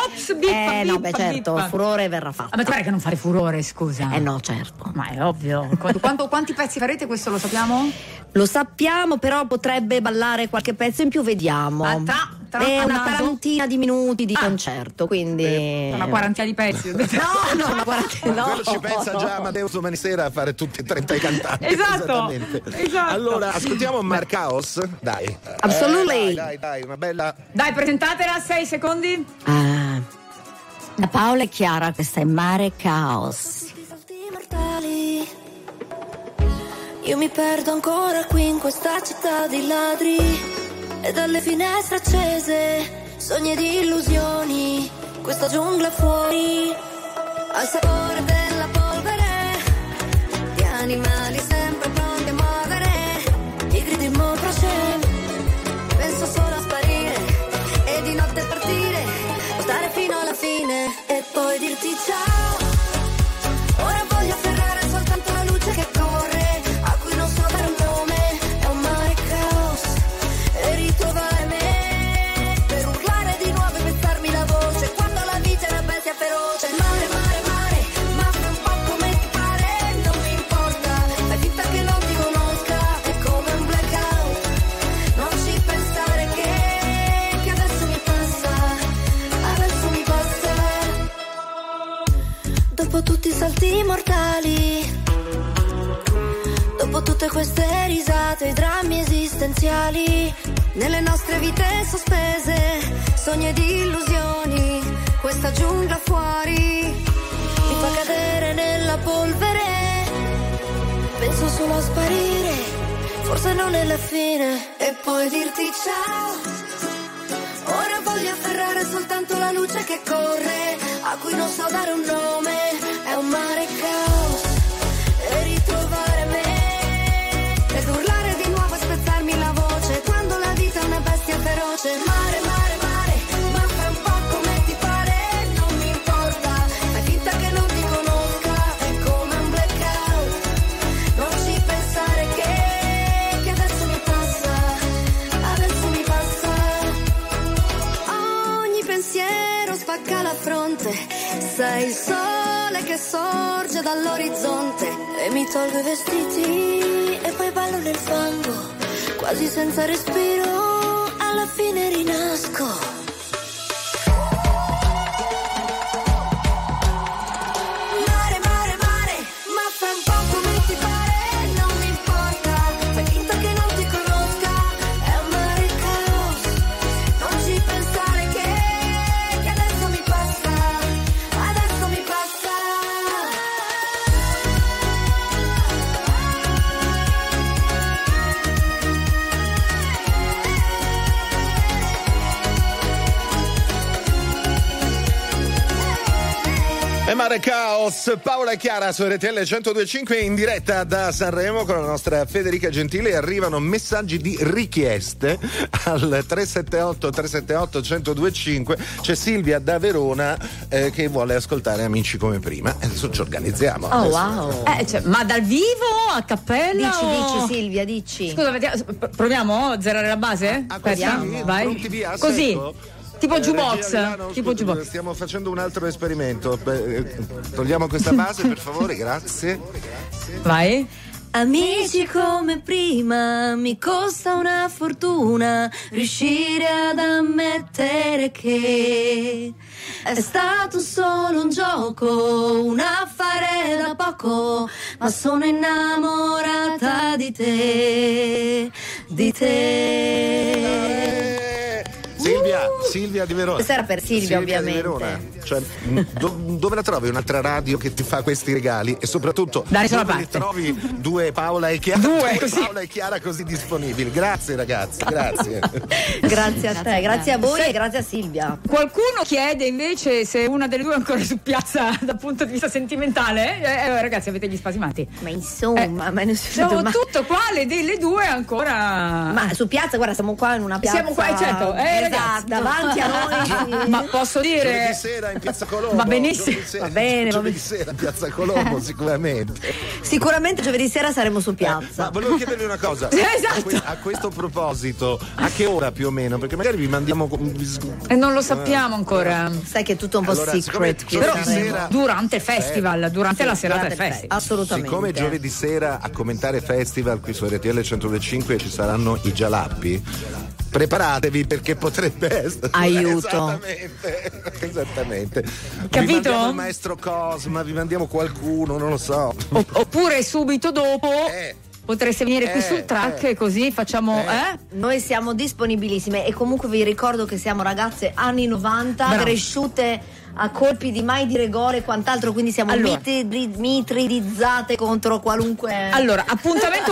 Furore verrà fatto. Ma tu pare che non fare Furore, scusa. No, certo. Ma è ovvio. Quanti pezzi farete? Questo lo sappiamo? Lo sappiamo, però potrebbe ballare qualche pezzo in più, vediamo. È una quarantina di minuti di concerto, quindi una quarantina di pezzi. No, una quarantina. Quello ci pensa già Amadeus domani sera a fare tutti e 30 i cantanti. Esatto. Allora, ascoltiamo Marcaos. Dai. Absolutely. Dai, una bella. Dai, presentatela, 6 secondi. Da Paola e Chiara, questa è Mare Caos. Io mi perdo ancora qui in questa città di ladri e dalle finestre accese, sogni di illusioni, questa giungla fuori, al sapore della polvere, di animali sempre pronti a muovere, i gridi motroce, penso solo a sparire e di notte partire, o stare fino alla fine e poi dirti ciao. Ora voglio afferrare soltanto la luce che corre, a cui non so dare un nome, è un mare caos, e ritrovare me, per urlare di nuovo e pezzarmi la voce, quando la vita è una bestia feroce. Mare, mare, mare, ma fai un po' come ti pare, non mi importa, fai finta che non ti conosca, è come un blackout, non ci pensare che adesso mi passa, dopo tutti i salti mortali, dopo tutte queste risate, i drammi esistenziali, nelle nostre vite sospese, sogni ed illusioni, questa giungla fuori mi fa cadere nella polvere, penso solo a sparire, forse non è la fine, e poi dirti ciao. Ora voglio afferrare soltanto la luce che corre, a cui non so dare un nome, è un mare caos, e ritrovare me, ed urlare di nuovo e spezzarmi la voce, quando la vita è una bestia feroce. Mare, mare, mare, ma fai un po' come ti pare, non attacca la fronte. Sei il sole che sorge dall'orizzonte. E mi tolgo i vestiti e poi ballo nel fango, quasi senza respiro, alla fine rinasco. E Mare Caos, Paola e Chiara su RTL 102.5 in diretta da Sanremo con la nostra Federica Gentile. Arrivano messaggi di richieste al 378-378-1025. C'è Silvia da Verona che vuole ascoltare Amici come prima. Adesso ci organizziamo. Oh wow. Ma dal vivo, a cappella? Dici Silvia, dici. Scusa, proviamo a zerare la base? Sì, vai. Pronti via? Così. Secco? Tipo jukebox, tipo jukebox. Stiamo facendo un altro esperimento. Togliamo questa base, per favore, grazie. Vai. Amici come prima, mi costa una fortuna riuscire ad ammettere che è stato solo un gioco, un affare da poco, ma sono innamorata di te, di te. Silvia di Verona. Questa era per Silvia ovviamente. Di Verona. Cioè, dove la trovi un'altra radio che ti fa questi regali? E soprattutto dove trovi due Paola e Chiara? Paola e Chiara così disponibili. Grazie ragazzi, grazie. Grazie a te, grazie a voi e grazie a Silvia. Qualcuno chiede invece se una delle due è ancora su piazza dal punto di vista sentimentale. Ragazzi, avete gli spasimati. Ma insomma, tutto quale delle due è ancora. Ma su piazza, guarda, siamo qua in una piazza. Siamo qua, certo. Ragazzi, davanti a noi. Ma posso dire. Giovedì sera in Piazza Colombo. Va benissimo. Va bene. Giovedì sera in Piazza Colombo, sicuramente. Sicuramente giovedì sera saremo su piazza. Ma volevo chiedervi una cosa. Esatto. A questo proposito, a che ora più o meno? Perché magari vi mandiamo. Non lo sappiamo ancora. Sai che è tutto un po' secret. Però durante il festival, durante la serata del festival. Assolutamente. Siccome giovedì sera a commentare festival qui su RTL 102.5 ci saranno i Jalappi, preparatevi perché potrebbe essere. Aiuto. Esattamente. Capito? Vi mandiamo il maestro Cosma, vi mandiamo qualcuno, non lo so. Oppure subito dopo. Potreste venire qui sul track così facciamo. Noi siamo disponibilissime e comunque vi ricordo che siamo ragazze anni 90, cresciute a colpi di mai dire gore e quant'altro, quindi siamo mitridizzate contro qualunque. Allora, appuntamento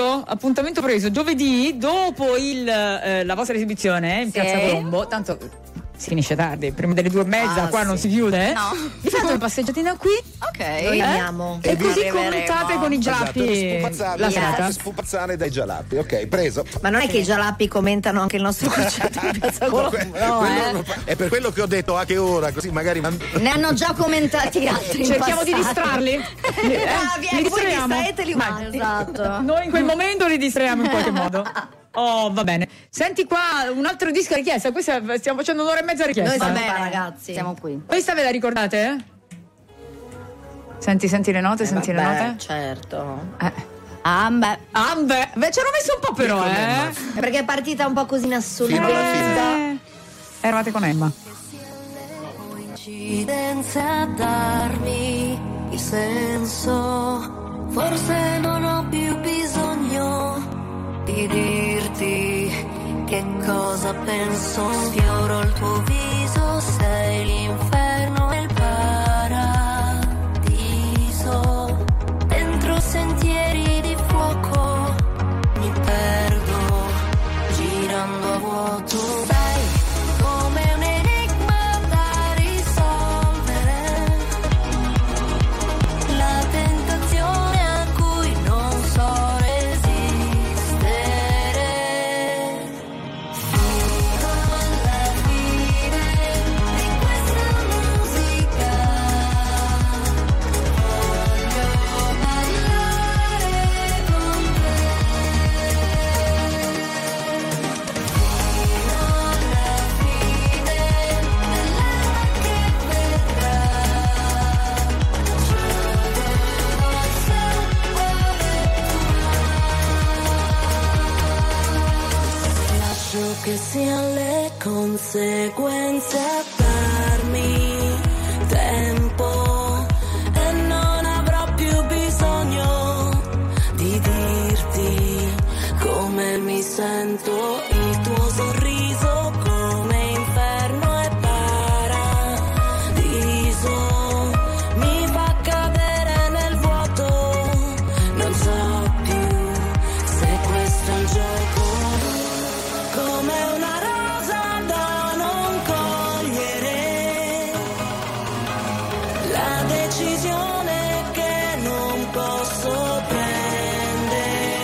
preso giovedì dopo la vostra esibizione in Piazza Colombo, tanto si finisce tardi, prima delle 2:30 qua non si chiude. No. Vi fate una passeggiatina qui? Ok. Noi andiamo. E così commentate con i Jalappi la serata. Spupazzare dai Jalappi, ok, preso. Ma non è che i Jalappi commentano anche il nostro concerto in Piazza Colombo? È per quello che ho detto a che ora, così magari ne hanno già commentati altri. Cerchiamo di distrarli. Li distraiamo. Esatto. Noi in quel momento li distraiamo in qualche modo. Oh, va bene. Senti qua un altro disco a richiesta. Questa stiamo facendo un'ora e mezza a richiesta. Noi siamo qua, ragazzi. Siamo qui. Questa ve la ricordate? Senti le note, senti le note. Certo. Beh, ci hanno messo un po' però, Perché è partita un po' così in assoluto. Eravate con Emma. Coincidenze a darmi il senso. Forse non ho più bisogno di dirti che cosa penso. Sfioro il tuo viso, sei l'inferno e il paradiso. Dentro sentieri di fuoco mi perdo, girando a vuoto. Sai, come un enigma da risolvere, la tentazione a cui non so resistere. Fino alla fine di questa notte alle conseguenze a darmi tempo e non avrò più bisogno di dirti come mi sento, il tuo sorriso come inferno e paradiso mi fa cadere nel vuoto, non so più se questo è un gioco, come una rosa da non cogliere, la decisione che non posso prendere.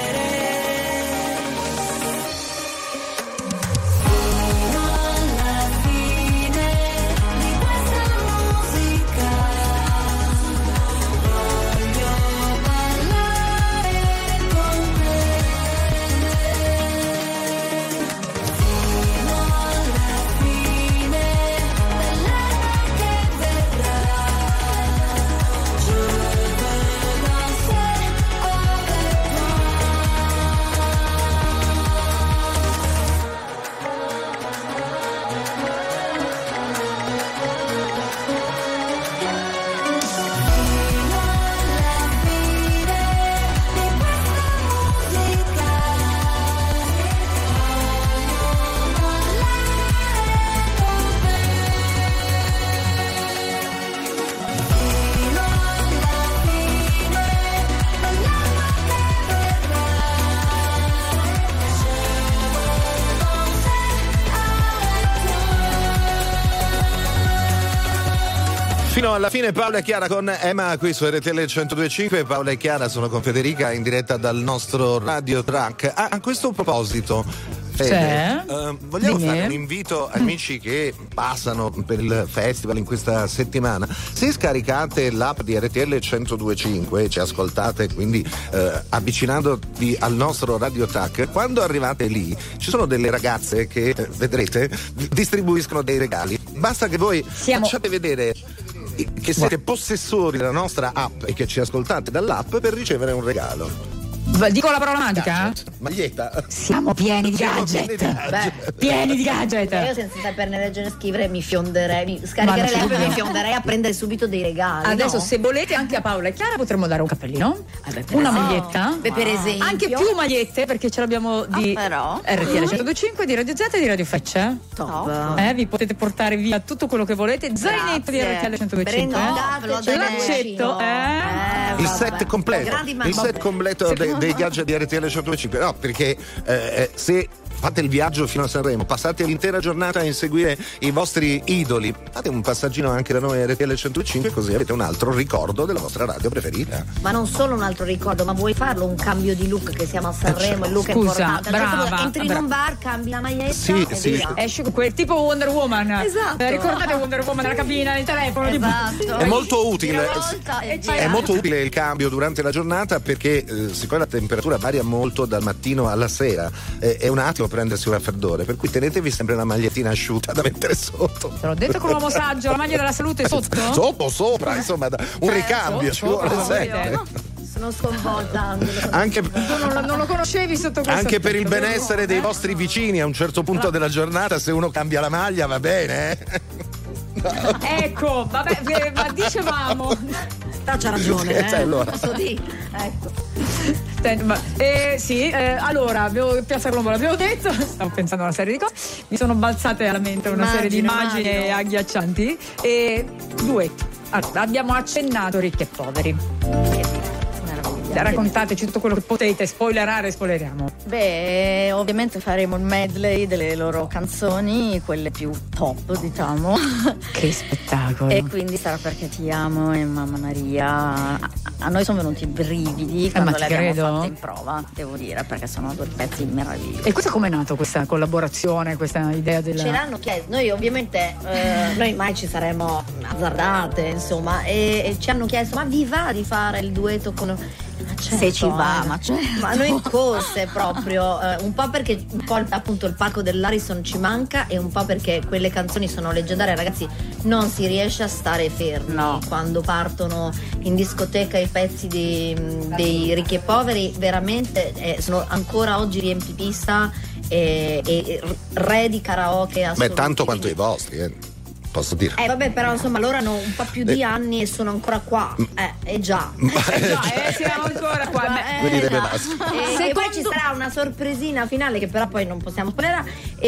Fino alla fine di questa musica voglio parlare con te. Fino alla fine dell'era che verrà, je veux danser avec Fino alla fine Paola e Chiara con Emma qui su RTL 102.5. Paola e Chiara sono con Federica in diretta dal nostro Radio Track. A questo proposito, Fede, vogliamo fare un invito a amici che passano per il festival in questa settimana. Se scaricate l'app di RTL 102.5 e ci ascoltate, quindi avvicinandovi al nostro Radio Track, quando arrivate lì ci sono delle ragazze che vedrete distribuiscono dei regali. Basta che voi facciate vedere che siete possessori della nostra app e che ci ascoltate dall'app per ricevere un regalo. Dico la parola magica? Gadget. Maglietta. Siamo pieni di gadget. Pieni di gadget. Io senza saperne leggere e scrivere mi fionderei, mi scaricherei l'app e mi fionderei a prendere subito dei regali. Adesso no? se volete anche a Paola e Chiara potremmo dare un cappellino, una maglietta. Beh, per esempio. Anche più magliette perché ce l'abbiamo di RTL 102.5, di Radio Z e di Radio Freccia. Top. Vi potete portare via tutto quello che volete. Zainetto di RTL 102.5. L'accetto. Il set completo. Il set completo dei gadget di RTL 102.5. No, perché se fate il viaggio fino a Sanremo, passate l'intera giornata a inseguire i vostri idoli, fate un passaggino anche da noi a RTL 105, così avete un altro ricordo della vostra radio preferita. Ma non solo un altro ricordo, ma vuoi farlo un cambio di look, che siamo a Sanremo, il look è importante. Brava, entri in un bar, cambi la maglietta via. Esce quel tipo Wonder Woman. Esatto. Ricordate Wonder Woman nella cabina del telefono? Esatto. È molto utile. È molto utile il cambio durante la giornata perché siccome la temperatura varia molto dal mattino alla sera, è un attimo prendersi un raffreddore, per cui tenetevi sempre una magliettina asciutta da mettere sotto. Te l'ho detto con l'uomo saggio, la maglia della salute sotto? Sopra, insomma, un ricambio ci vuole sempre. Sono sconvolta. Anche non lo conoscevi sotto questo anche per il benessere dei vostri vicini a un certo punto della giornata, se uno cambia la maglia va bene, Ecco, vabbè, ma dicevamo. C'ha ragione, allora. Posso dire? Ecco. Allora, Piazza Colombo l'abbiamo detto, stavo pensando a una serie di cose, mi sono balzate alla mente una serie di immagini agghiaccianti. E duetto. Allora, abbiamo accennato Ricchi e Poveri. Raccontateci tutto quello che potete, spoileriamo. Beh, ovviamente faremo il medley delle loro canzoni, quelle più top, diciamo. Che spettacolo. E quindi sarà Perché ti amo e Mamma Maria. A noi sono venuti i brividi quando le abbiamo fatte in prova, devo dire, perché sono due pezzi meravigliosi. E come è nato questa collaborazione, questa idea della... Ce l'hanno chiesto, noi ovviamente noi mai ci saremmo azzardate, insomma, e ci hanno chiesto: ma vi va di fare il duetto con... Certo, se ci va, ma noi corse proprio un po' perché un po' appunto il palco dell'Harrison ci manca e un po' perché quelle canzoni sono leggendarie, ragazzi, non si riesce a stare fermi quando partono in discoteca i pezzi dei Ricchi e Poveri, veramente sono ancora oggi riempipista e re di karaoke assoluti. Beh, tanto quanto i vostri, posso dire. Vabbè, però insomma loro hanno un po' più di anni e sono ancora qua. Già. Siamo ancora qua. Quindi deve E poi ci sarà una sorpresina finale che però poi non possiamo spoilerare.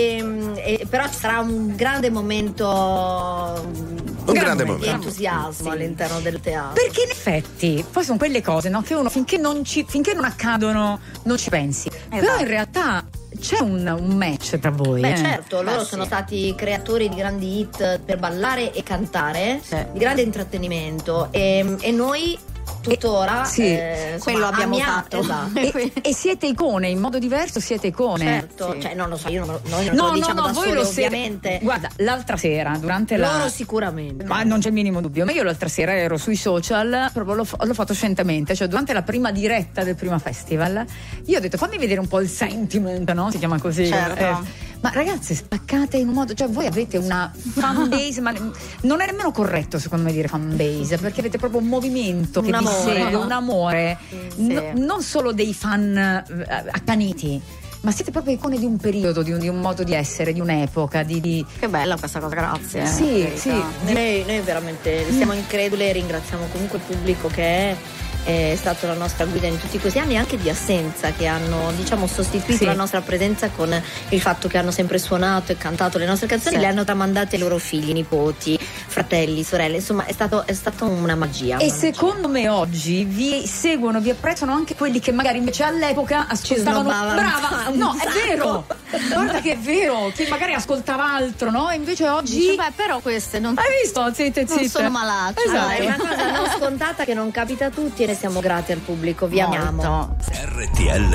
Però ci sarà un grande momento. Un grande momento di entusiasmo all'interno del teatro. Perché in effetti poi sono quelle cose, no, che uno finché non accadono non ci pensi. Però in realtà c'è un match tra voi. Beh, certo, loro sono stati creatori di grandi hit per ballare e cantare, di grande intrattenimento e noi tuttora quello abbiamo fatto. Esatto. E siete icone, in modo diverso siete icone. Certo, cioè non lo so, noi non lo diciamo da voi soli, lo ovviamente. Guarda, l'altra sera durante loro sicuramente. Ma non c'è il minimo dubbio, ma io l'altra sera ero sui social, proprio l'ho fatto scientemente, cioè durante la prima diretta del prima festival, io ho detto fammi vedere un po' il sentiment, no? Si chiama così. Certo. Ma ragazze, spaccate in un modo, cioè voi avete una fan base, ma non è nemmeno corretto secondo me dire fan base, perché avete proprio un movimento che vi segue, un amore, non solo dei fan accaniti, ma siete proprio icone di un periodo, di un modo di essere, di un'epoca, di... Che bella questa cosa, grazie. Sì. Noi veramente siamo increduli e ringraziamo comunque il pubblico che è stato la nostra guida in tutti questi anni, anche di assenza, che hanno sostituito la nostra presenza con il fatto che hanno sempre suonato e cantato le nostre canzoni, le hanno tramandate ai loro figli, nipoti, fratelli, sorelle, insomma è stato una magia. E secondo me oggi vi seguono, vi apprezzano anche quelli che magari invece all'epoca ascoltavano. Brava, no, è vero. Guarda che è vero, che magari ascoltava altro, no? E invece oggi dice, beh, però queste non hai visto? Zitte. Non sono malacce. Esatto. È una cosa non scontata che non capita a tutti e ne siamo grati al pubblico, vi amiamo. RTL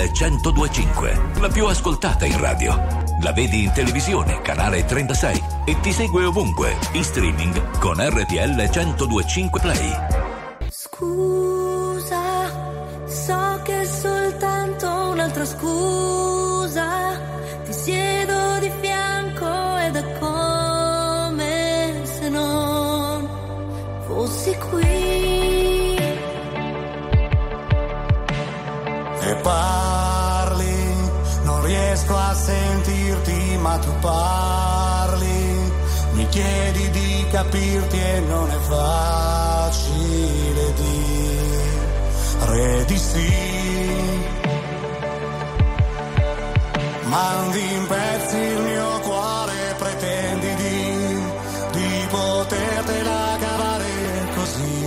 102.5, la più ascoltata in radio. La vedi in televisione, canale 36 e ti segue ovunque, in streaming con RTL 102.5 Play. Scusa, so che è soltanto un'altra scusa, ti siedo di fianco ed è come se non fossi qui. E parli, non riesco a sentirti, ma tu parli, mi chiedi di capirti e non è facile dire di sì. Mandi in pezzi il mio cuore, pretendi di potertela cavare così.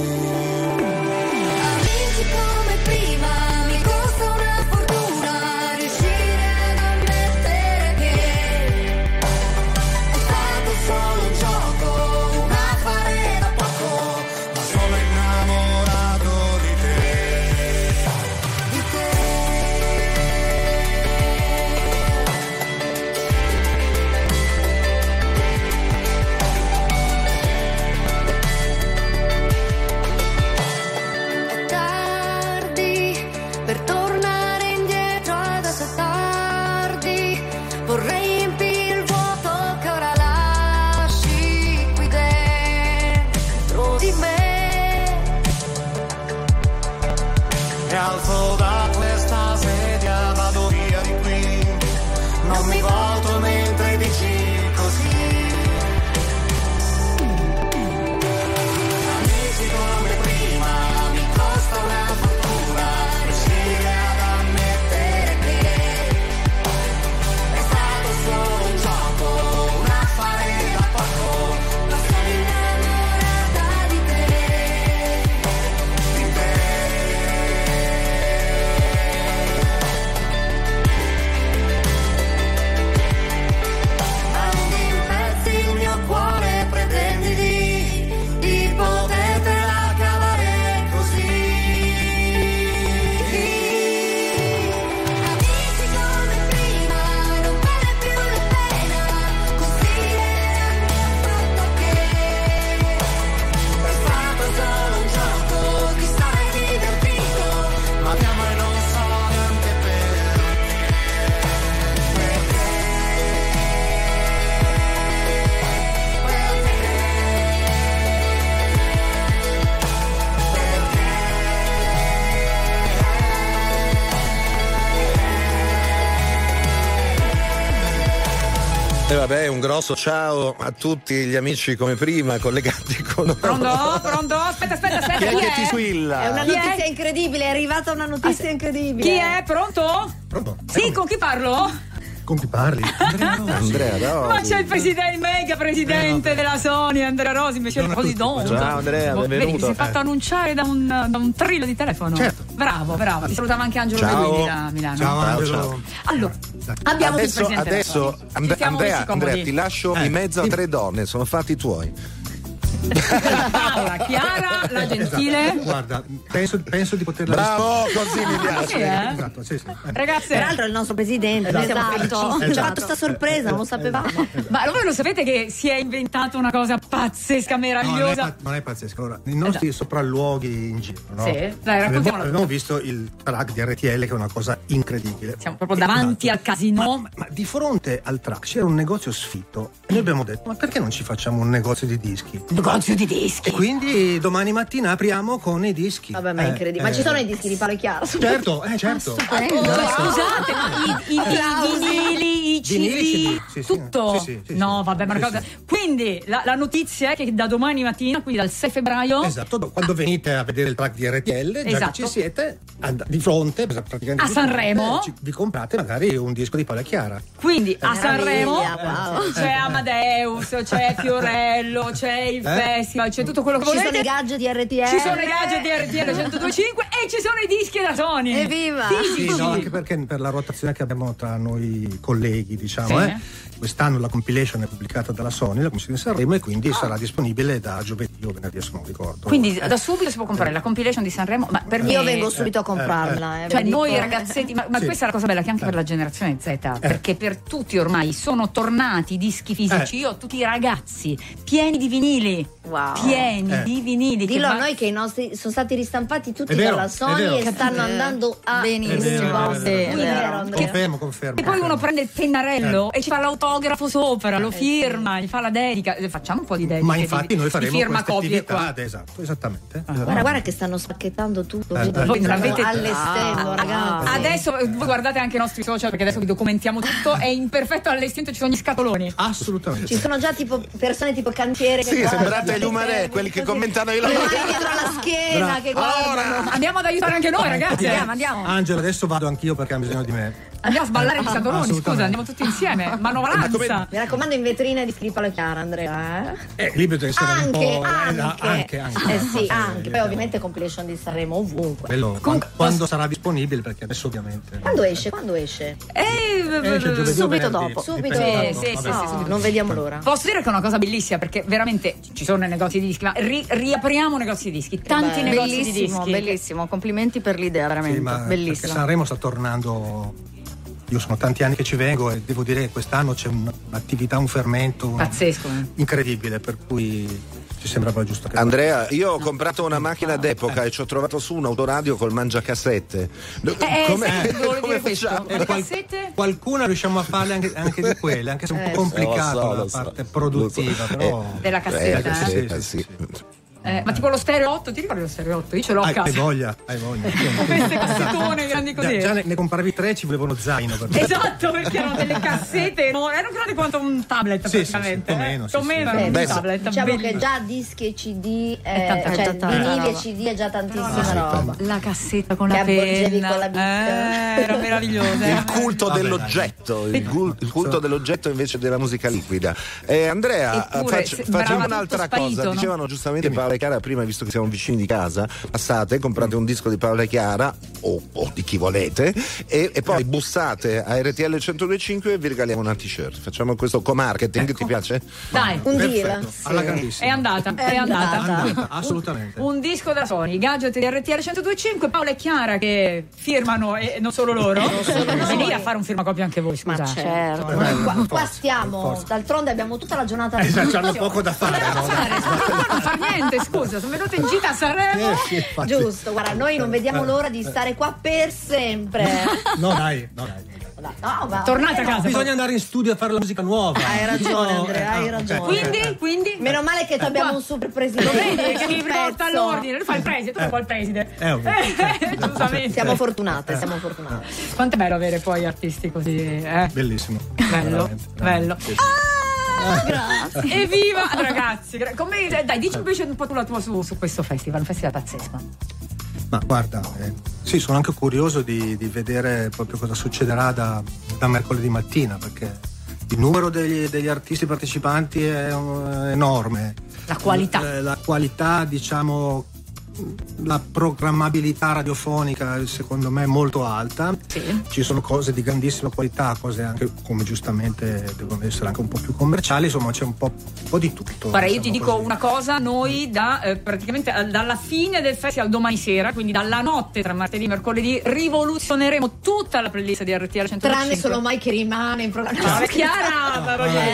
Amici come prima, mi costa una fortuna riuscire ad ammettere che è stato solo un gioco, un affare da poco, ma sono innamorato di te. È tardi per tornare indietro, adesso è tardi, vorrei riempire il vuoto che ora lasci qui dentro di me. Mi alzo da questa sedia, vado via di qui, non mi volto mentre dici così. Amici come prima, mi costa una fortuna riuscire ad ammettere che è stato solo un gioco, un affare da poco, Ma sono innamorata di te. di te. vabbè, un grosso ciao a tutti gli amici come prima, collegati con noi. Pronto? Aspetta. Chi è che ti squilla? È una notizia incredibile, è arrivata una notizia incredibile. Chi è? Pronto? Sì, con chi parlo? Con chi parli? Andrea Rosi. Ma c'è il presidente, il mega presidente della Sony, Andrea Rosi, monsieur le président. Ciao Andrea, benvenuto. Vedi, si è fatto annunciare da un trillo di telefono. Certo. Bravo. Ti salutava anche Angelo Ciao. Guidi da Milano. Ciao Angelo. Allora, abbiamo il presidente adesso Andrea, ti lascio in mezzo a 3 donne, sono fatti tuoi. Paola, Chiara, la gentile. Guarda, penso di poterla Bravo, così mi piace. Esatto, sì. Ragazze, Peraltro è il nostro presidente, Esatto. ci ha fatto sta sorpresa, non lo sapevamo. ma voi lo sapete che si è inventato una cosa pazzesca, meravigliosa? Non è pazzesco. Allora, i nostri sopralluoghi in giro, no? Sì, dai, raccontiamolo. Abbiamo visto il track di RTL, che è una cosa incredibile. Siamo proprio davanti al casino. Ma di fronte al track c'era un negozio sfitto e noi abbiamo detto: ma perché non ci facciamo un negozio di dischi? Negozio di dischi. E quindi domani mattina apriamo con i dischi. Vabbè, ma è incredibile. Ma ci sono i dischi di Paolo e Chiara? Certo. Scusate, ma i vinili, i CD, tutto? Sì. No, vabbè, ma una cosa. Quindi la notizia è che da domani mattina, quindi dal 6 febbraio. Esatto, quando venite a vedere il track di RTL, già che ci siete, di fronte, praticamente a Sanremo, vi comprate magari un disco di Paolo e Chiara. Quindi a Sanremo c'è Amadeus, c'è Fiorello, c'è il festival, c'è tutto quello che volete. Ci sono i gadget di RTL. Ci sono i gadget di RTL 102.5 e ci sono i dischi della Sony. Evviva! Sì, no, anche perché per la rotazione che abbiamo tra noi colleghi, diciamo, quest'anno la compilation è pubblicata dalla Sony, la Commissione di Sanremo, e quindi sarà disponibile da giovedì o venerdì, adesso non ricordo. Quindi da subito si può comprare la compilation di Sanremo, ma per me io vengo subito a comprarla. Cioè noi ragazzetti, ma questa è la cosa bella, che anche per la generazione Z, perché per tutti ormai sono tornati i dischi fisici. Io ho tutti i ragazzi pieni di vinili. Wow. Pieni di vinili. Dillo a noi che i nostri sono stati ristampati tutti dalla Sony e stanno andando a benissimo. Confermo. E poi uno prende il pennarello e ci fa l'autografo sopra, lo firma, gli fa la dedica. Facciamo un po' di dediche. Ma infatti noi faremo firma copie qua. Esatto, esattamente. Guarda che stanno spacchettando tutto. Voi non avete allestendo, ragazzi. Adesso voi guardate anche i nostri social, perché adesso vi documentiamo tutto. È in perfetto allestimento, ci sono gli scatoloni. Assolutamente. Ci sono già tipo persone tipo cantiere. Sì, sembrate gli umarè, quelli che commentano i lavori. Dietro alla schiena, che guardano. Andiamo ad aiutare anche noi, ragazzi. Andiamo. Angelo, adesso vado anch'io perché hanno bisogno di me. Andiamo a sballare gli scatoloni, scusa, andiamo tutti insieme. Manovalanza. Mi raccomando, in vetrina di Paolo e Chiara, Andrea. Lì bisogna essere un po'. Anche. Sì, anche. Poi ovviamente compilation di Sanremo ovunque. Bello, quando sarà disponibile, perché adesso ovviamente. Quando esce? Subito dopo. Subito. Sì, non vediamo l'ora. Posso dire che è una cosa bellissima, perché veramente ci sono negozi di dischi, ma riapriamo negozi di dischi, tanti negozi di dischi. Bellissimo, complimenti per l'idea, veramente. Bellissimo. Sanremo sta tornando. Io sono tanti anni che ci vengo e devo dire che quest'anno c'è un'attività, un fermento pazzesco, incredibile, per cui ci sembrava giusto che Andrea, io ho comprato una macchina d'epoca e ci ho trovato su un autoradio col mangiacassette. Come facciamo? Qualcuna riusciamo a farle anche di quelle, anche se è un po' complicato la parte produttiva, però della cassetta, sì. Ma tipo lo stereo 8, ti ricordi lo stereo 8? Io ce l'ho a casa. Hai voglia. Queste cassettone grandi così. Già ne compravi 3, ci voleva uno zaino. Esatto, perché erano delle cassette, erano grandi quanto un tablet praticamente. Più o meno. Un tablet. Diciamo che già dischi e CD, cioè vinili e CD è già tantissima roba. La cassetta con la penna. Con la bicca. Era meravigliosa. Il culto dell'oggetto, il culto dell'oggetto invece della musica liquida. Andrea, facciamo un'altra cosa. Dicevano giustamente Paolo e Chiara prima, visto che siamo vicini di casa, passate, comprate un disco di Paolo e Chiara o di chi volete e poi bussate a RTL 102.5 e vi regaliamo una t-shirt. Facciamo questo co-marketing, ti piace? Dai, un deal. Alla grandissima. È andata. Assolutamente. Un disco da Sony, gadget di RTL 102.5, Paolo e Chiara che firmano, e non solo loro. Venire a fare un firmacopio anche voi, scusa. Ma certo. Qua stiamo, d'altronde abbiamo tutta la giornata. Esatto, hanno poco da fare. Non far niente, scusa, sono venuto in gita a Sanremo. Giusto, guarda, noi non vediamo l'ora di stare qua per sempre. No, dai. Tornate a casa. Bisogna andare in studio a fare la musica nuova. Hai ragione, Andrea, hai ragione. Quindi? Meno male che abbiamo un super presidente. Lo vedi che mi riporta all'ordine. Lui fa il preside, tu non fai il preside. Giustamente. Siamo fortunate. Quanto è bello avere poi artisti così, Bellissimo. Bello. Grazie. Evviva ragazzi, dai, dici invece un po' tu la tua su questo festival, un festival pazzesco. Ma guarda, sì, sono anche curioso di vedere proprio cosa succederà da mercoledì mattina, perché il numero degli artisti partecipanti è enorme. La qualità, diciamo, la programmabilità radiofonica secondo me è molto alta. Sì. Ci sono cose di grandissima qualità, cose anche, come giustamente devono essere anche un po' più commerciali, insomma c'è un po' di tutto. Guarda, io ti dico una cosa, noi praticamente dalla fine del festival domani sera, quindi dalla notte tra martedì e mercoledì, rivoluzioneremo tutta la playlist di RTL 105. Tranne solo mai che rimane in programma. No, è Chiara,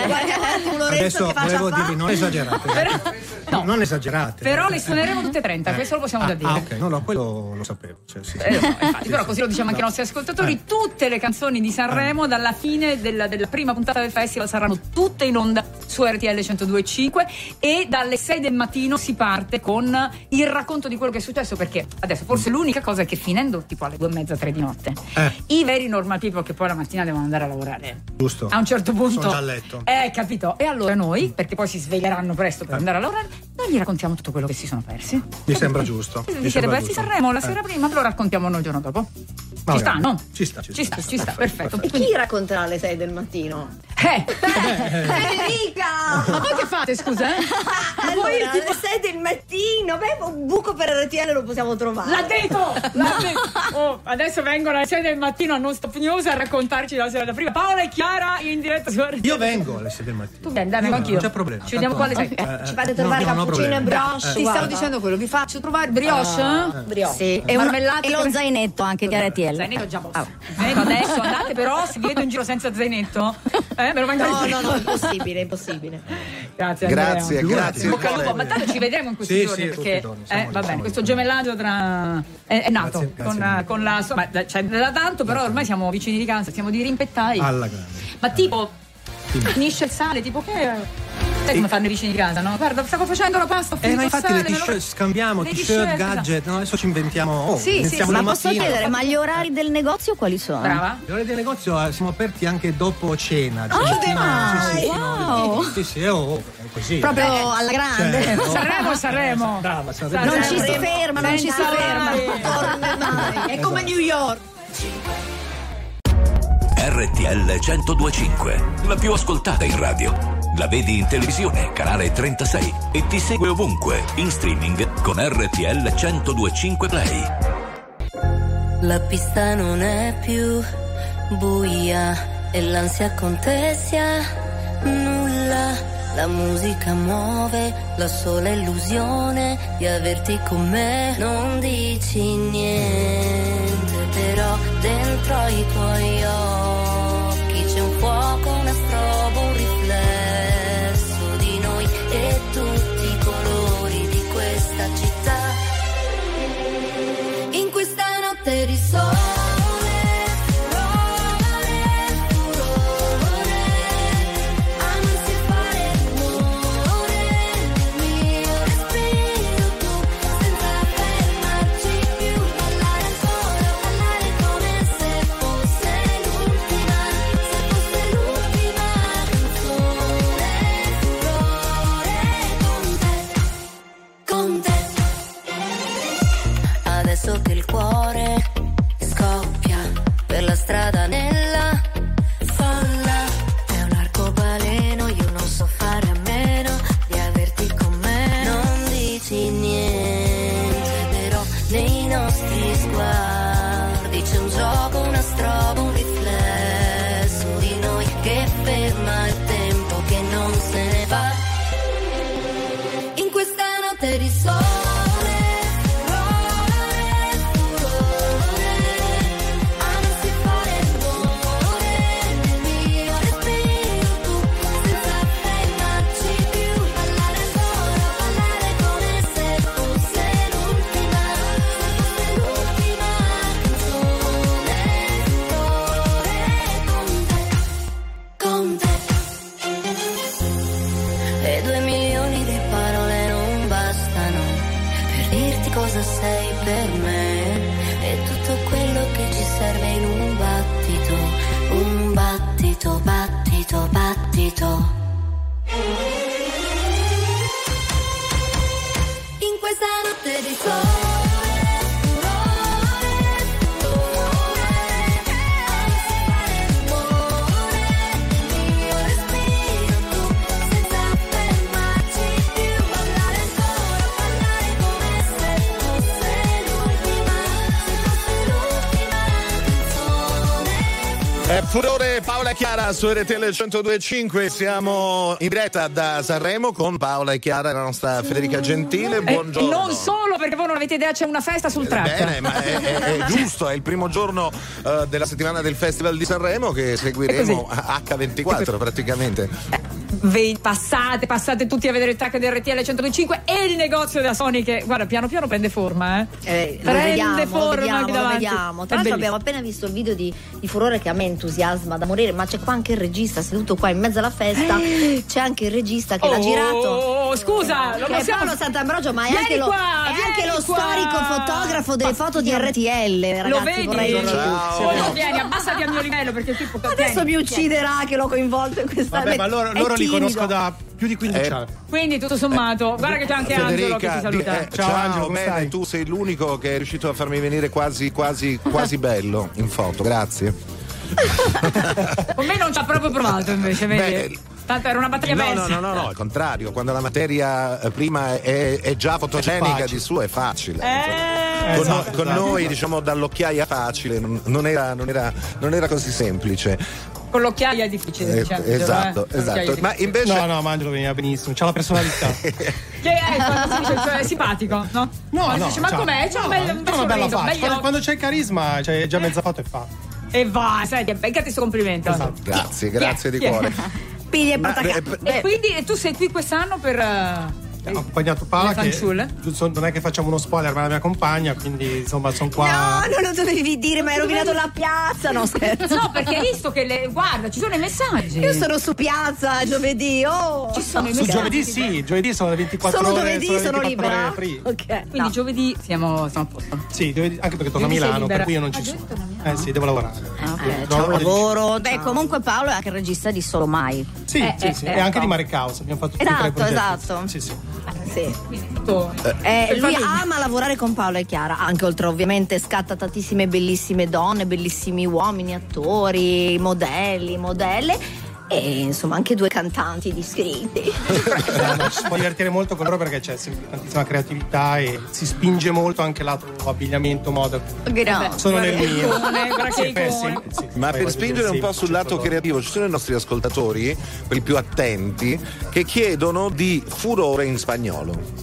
adesso volevo dirvi, non esagerate. No. Non esagerate. Però le suoneremo tutte e 30, questo lo possiamo già dire. Ok, no, quello lo sapevo. Cioè, sì. Infatti, però così lo diciamo anche ai nostri ascoltatori. Tutte le canzoni di Sanremo dalla fine della prima puntata del festival saranno tutte in onda su RTL 102.5 e dalle 6 del mattino si parte con il racconto di quello che è successo, perché adesso forse l'unica cosa è che finendo tipo alle 2:30, 3 di notte i veri normal people che poi la mattina devono andare a lavorare, giusto, a un certo punto sono già a letto, capito, e allora noi, perché poi si sveglieranno presto per andare a lavorare, noi gli raccontiamo tutto quello che si sono persi. Mi sembra giusto. Vi siete persi Sanremo la sera prima, ve lo raccontiamo noi il giorno dopo. Ci sta, no? Ci sta, perfetto. E chi racconterà alle 6 del mattino? Federica! Ma voi che fate, scusa? Allora, alle 6 del mattino, un buco per RTL lo possiamo trovare. L'ha detto! Oh, adesso vengono alle 6 del mattino a Non Stop News a raccontarci la sera da prima. Paola e Chiara in diretta su RTL. Io vengo alle 6 del mattino. Tu vieni, dai, vengo anch'io. Non c'è problema. Ci vediamo qua alle 6. Ci fate trovare cappuccino e brioche. Ti stavo dicendo quello, vi faccio trovare brioche? Brioche. Sì, e lo zainetto anche di RTL. Zainetto già posso. Adesso andate, però se vi vedo in giro senza zainetto, me lo vengo No, impossibile. Grazie. Bocca al lupo, ma tanto ci vedremo in questi giorni, perché questo gemellaggio è nato con la cioè da tanto, però ormai siamo vicini di casa, siamo di rimpettai. Alla grande. Ma tipo finisce il sale, tipo che sai come fanno i vicini di casa, no? Guarda, stavo facendo la pasta, ma infatti le t-shirt scambiamo, t-shirt, gadget, no? Adesso ci inventiamo. Ma posso chiedere, ma gli orari del negozio quali sono? Brava. Gli orari del negozio siamo aperti anche dopo cena. Wow. Sì, così. Proprio alla grande. Sanremo. Brava, non ci si ferma. È come New York. RTL 102.5, la più ascoltata in radio. La vedi in televisione, canale 36, e ti segue ovunque, in streaming con RTL 102.5 Play. La pista non è più buia e l'ansia contessa nulla. La musica muove la sola illusione di averti con me. Non dici niente, però dentro i tuoi occhi c'è un fuoco, una strobo, un riflesso di noi e tutti i colori di questa città. In questa notte di sole che il cuore scoppia per la strada nella folla. È un arcobaleno, io non so fare a meno di averti con me. Non dici niente, però nei nostri sguardi c'è un gioco, una strobo, un riflesso di noi che ferma il tempo che non se ne va. In questa notte di sole cosa sei per me e tutto quello che ci serve in un battito, battito, battito. Furore, Paola e Chiara su RTL 102.5. Siamo in diretta da Sanremo con Paola e Chiara, la nostra Federica Gentile. Buongiorno. Non solo, perché voi non avete idea, c'è una festa sul track. Bene, ma è giusto, è il primo giorno della settimana del Festival di Sanremo che seguiremo H24 praticamente. Passate tutti a vedere il track di RTL 102.5 e il negozio della Sony che, guarda, piano piano prende forma, prende forma. Lo vediamo. Tra l'altro abbiamo appena visto il video di Furore che a me entusiasma da morire, ma c'è qua anche il regista seduto qua in mezzo alla festa, c'è anche il regista che l'ha girato. Scusa, lo possiamo... è Paolo Sant'Ambrogio, ma è anche lo storico fotografo delle foto di RTL, ragazzi. Lo vedi? Vorrei vieni, abbassati al mio livello perché tipo adesso mi ucciderà che l'ho coinvolto in questa. Vabbè, ma loro li conosco da più di 15 anni. Quindi tutto sommato, guarda che c'è anche Angelo che ti saluta. Ciao Angelo, come stai? Tu sei l'unico che è riuscito a farmi venire quasi bello in foto, grazie. Con me non ci ha proprio provato invece, vedi? Tanto era una battaglia persa. No, al contrario, quando la materia prima è già fotogenica di suo è facile. Con noi, diciamo, dall'occhiaia facile non era così semplice. Con l'occhiaia è difficile, diciamo. Esatto. Ma invece. No, Angelo veniva benissimo, c'ha la personalità. Che è simpatico, no? No. Dice, ma com'è? C'è un bel sorriso, quando c'è il carisma, c'è già mezza foto e fa. E va, senti, beccati questo complimento. Esatto. Grazie di cuore. E quindi tu sei qui quest'anno per. Ho accompagnato Paola, che non è che facciamo uno spoiler, ma è la mia compagna, quindi insomma sono qua. No, non lo dovevi dire, ma hai rovinato la piazza. No, scherzo. No, perché hai visto che guarda, ci sono i messaggi. Io sono su piazza giovedì. Ci sono i messaggi. Giovedì sì, giovedì sono le 24 solo ore. Giovedì sono libera. Ok. Quindi giovedì siamo a posto. Sì, giovedì, anche perché torno a Milano, per cui io non ci sono. Sì, devo lavorare. C'è un lavoro. Beh, comunque Paolo è anche il regista di Solo Mai. Sì, e anche di Mare Caos. Abbiamo fatto tutti e 3 progetti. Esatto. Sì. Lui ama lavorare con Paolo e Chiara, anche oltre ovviamente scatta tantissime bellissime donne, bellissimi uomini, attori, modelli, modelle e insomma anche 2 cantanti discreti. Ci si può divertire molto con loro perché c'è sempre tantissima creatività e si spinge molto anche lato abbigliamento, moda. Sono nel mio. Ma per spingere un po' sul lato creativo, ci sono i nostri ascoltatori, quelli più attenti, che chiedono di Furore in spagnolo.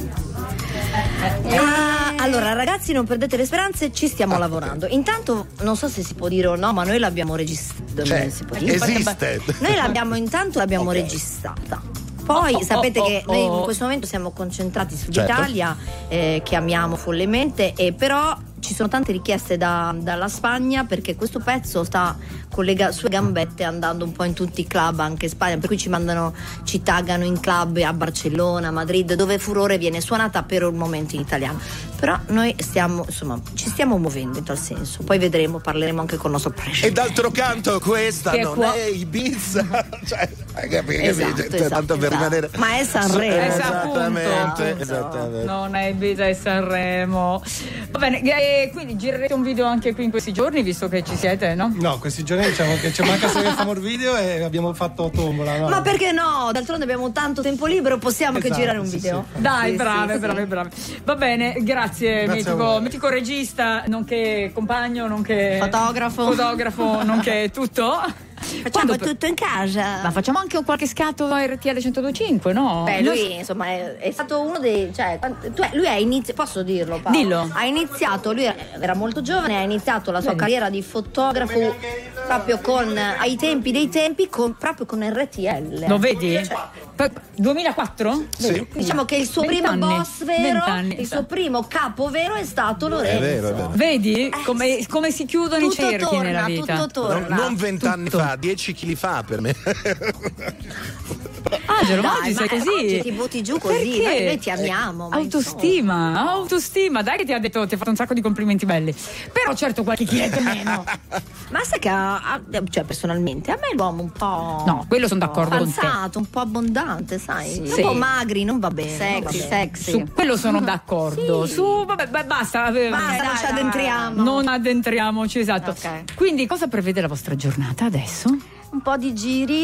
Allora ragazzi, non perdete le speranze, ci stiamo lavorando. Intanto non so se si può dire o no, ma noi l'abbiamo registrata. Esiste. Noi l'abbiamo registrata. Poi sapete che noi in questo momento siamo concentrati sull'Italia, che amiamo follemente, e però ci sono tante richieste dalla Spagna, perché questo pezzo sta con le sue gambette andando un po' in tutti i club anche in Spagna, per cui ci taggano in club a Barcellona, Madrid, dove Furore viene suonata per un momento in italiano. Però noi ci stiamo muovendo in tal senso, poi vedremo, parleremo anche con il nostro presidente. E d'altro canto questa che non è Ibiza, cioè, hai capito? Tanto per rimanere. Ma è Sanremo. Esattamente. Non è Ibiza, è Sanremo. Va bene, quindi girerete un video anche qui in questi giorni, visto che ci siete, no? No, questi giorni diciamo che ci manca solo che facciamo il video e abbiamo fatto tombola, no? Ma perché no? D'altronde abbiamo tanto tempo libero, possiamo anche girare un video. Sì. Dai, brave. Va bene, grazie mitico regista, nonché compagno, nonché fotografo, nonché tutto. Facciamo tutto in casa. Ma facciamo anche qualche scatto a RTL 102.5, no? Beh, lui insomma è stato uno dei, lui ha iniziato, posso dirlo Paolo? Dillo. Ha iniziato, lui era molto giovane, ha iniziato la sua carriera di fotografo proprio ai tempi dei tempi, proprio con RTL. Lo vedi? 2004? Sì. Diciamo che il suo primo boss vero, il suo primo capo vero è stato Lorenzo. È vero. Vedi come si chiudono i cerchi nella vita. Tutto torna. Non 20 anni fa, 10 chili fa per me. Germano, sei così. Ti butti giù così, noi ti amiamo. Autostima, dai che ti ha fatto un sacco di complimenti belli. Però certo qualche chiletto meno. Ma sai che personalmente a me l'uomo un po'. No, quello sono d'accordo con te. Un po' abbondante, sai? Un po' magri, non va bene. Sexy. Su quello sono d'accordo. Sì. Basta, non ci addentriamo. Non addentriamoci, esatto. Okay. Quindi cosa prevede la vostra giornata adesso? Un po' di giri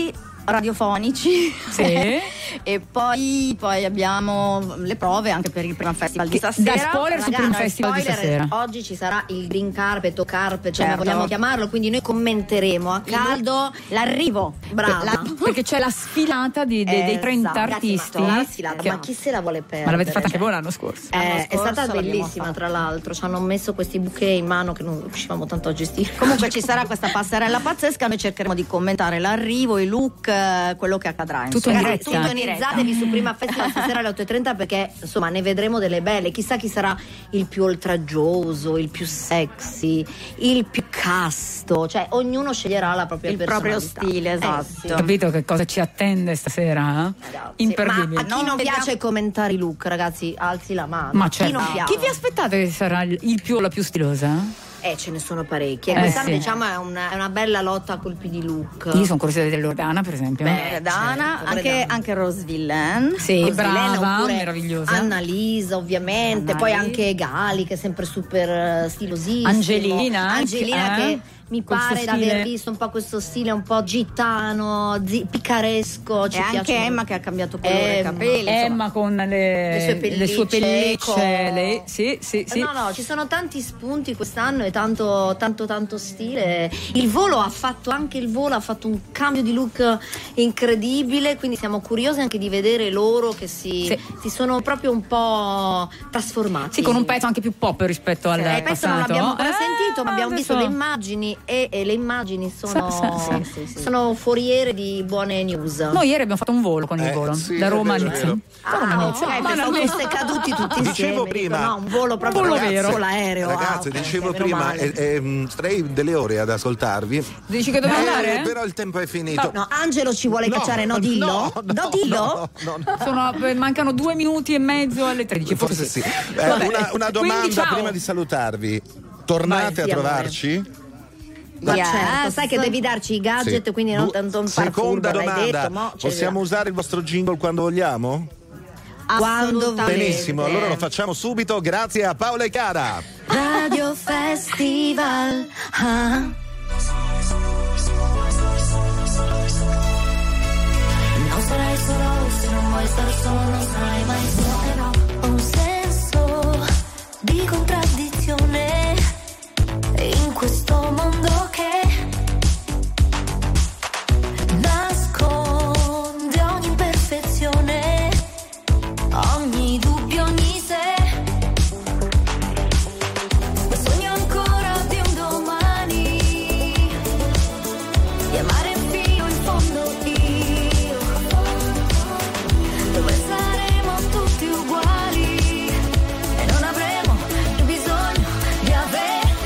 radiofonici. Sì. E poi abbiamo le prove anche per il Prima Festival di stasera. Da spoiler sul Prima Festival di stasera. Oggi ci sarà il green carpet o carpet, come vogliamo chiamarlo, quindi noi commenteremo a caldo l'arrivo. Brava. Perché c'è la sfilata dei 30 artisti. La sfilata, ma chi se la vuole perdere? Ma l'avete fatta anche voi l'anno scorso? È stata bellissima, tra l'altro. Ci hanno messo questi bouquet in mano che non riuscivamo tanto a gestire. Comunque ci sarà questa passerella pazzesca, noi cercheremo di commentare l'arrivo, i look, quello che accadrà. Tutto in diretta. Sintonizzatevi su Prima Festival stasera alle 8:30 perché insomma ne vedremo delle belle. Chissà chi sarà il più oltraggioso, il più sexy, il più casto, cioè ognuno sceglierà la propria proprio stile, esatto. Sì. Capito che cosa ci attende stasera? Imperdibile. Ma a chi non piace commentare i look, ragazzi, alzi la mano. Ma chi non piace? Chi vi aspettate che sarà il più o la più stilosa? Ce ne sono parecchie. Quest'anno diciamo è una bella lotta a colpi di look. Io sono curiosa dell'Ordana, per esempio. Dana, anche Rose Villain. Sì, Rose brava, meravigliosa. Annalisa, ovviamente. Poi anche Gali, che è sempre super stilosissima. Angelina che mi pare di aver visto un po' questo stile un po' gitano, picaresco. E anche Emma che ha cambiato colore capelli. Emma con le sue pellicce. Sì. No, ci sono tanti spunti quest'anno e tanto stile. Il volo ha fatto un cambio di look incredibile, quindi siamo curiosi anche di vedere loro che si sono proprio un po' trasformati. Sì, con un pezzo anche più pop rispetto al passato. Il pezzo non l'abbiamo ancora sentito, ma abbiamo visto le immagini e le immagini sono foriere di buone news. Noi ieri abbiamo fatto un volo con il volo da Roma a Nizza. Pensavo foste caduti tutti insieme. Dicevo prima, un volo proprio vero. l'aereo. Ragazzi, dicevo prima, starei delle ore ad ascoltarvi. Dici che devo andare? Però il tempo è finito. No, Angelo ci vuole cacciare, dillo. Dillo. Mancano 2 minuti e mezzo alle 13. Forse sì. Una domanda prima di salutarvi. Tornate a trovarci? Certo, sai che devi darci i gadget, quindi non far seconda furbo, domanda, l'hai detto, possiamo usare il vostro jingle quando vogliamo? Quando benissimo, allora lo facciamo subito, grazie a Paola e Chiara. Radio Festival. Non sarai solo se non vuoi stare solo, non sarai mai solo. Un senso di contraddizione in questo mondo che nasconde ogni imperfezione, ogni dubbio, ogni sé. Sogno ancora di un domani, di amare fino in fondo io, dove saremo tutti uguali e non avremo più bisogno di avere.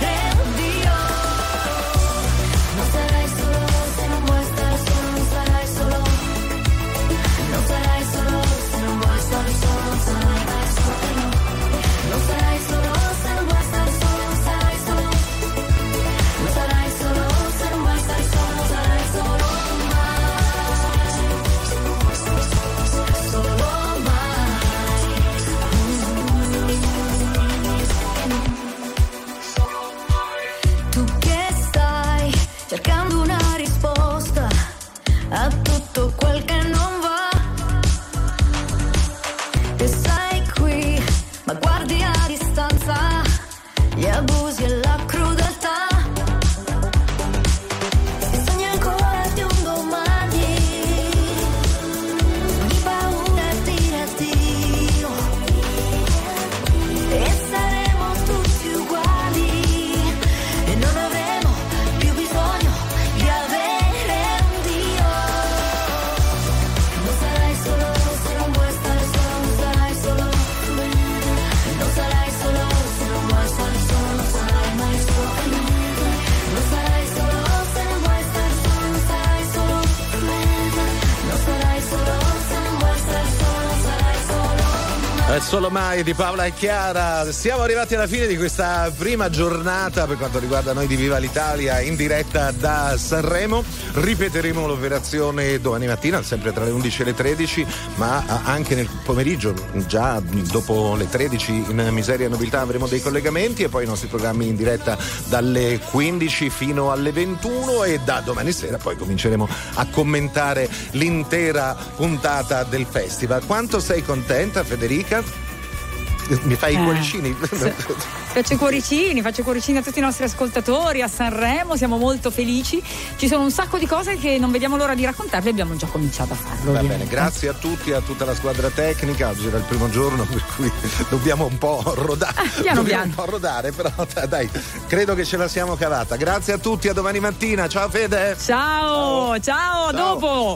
Cercando una risposta a tutto quel che non va, e sei qui, ma guardi a distanza gli abusi e la crudeltà. E sogni ancora di un domani, di paura e di addio, e saremo tutti uguali e non avremo più bisogno di avere un Dio. Non sarai solo se non vuoi stare solo, non sarai solo. Non sarai solo se non vuoi stare solo, non sarai mai Solo mai di Paola e Chiara. Siamo arrivati alla fine di questa prima giornata per quanto riguarda noi di Viva l'Italia in diretta da Sanremo. Ripeteremo l'operazione domani mattina, sempre tra le 11 e le 13, ma anche nel pomeriggio, già dopo le 13 in Miseria e Nobiltà avremo dei collegamenti e poi i nostri programmi in diretta dalle 15 fino alle 21 e da domani sera poi cominceremo a commentare l'intera puntata del festival. Quanto sei contenta, Federica? Mi fai i cuoricini? Sì. Faccio i cuoricini a tutti i nostri ascoltatori a Sanremo, siamo molto felici, ci sono un sacco di cose che non vediamo l'ora di raccontarvi, abbiamo già cominciato a farlo. Va bene, grazie a tutti, a tutta la squadra tecnica. Oggi era il primo giorno per cui dobbiamo un po' rodare, un po' rodare, però dai, credo che ce la siamo cavata. Grazie a tutti, a domani mattina, ciao Fede. Ciao, a dopo.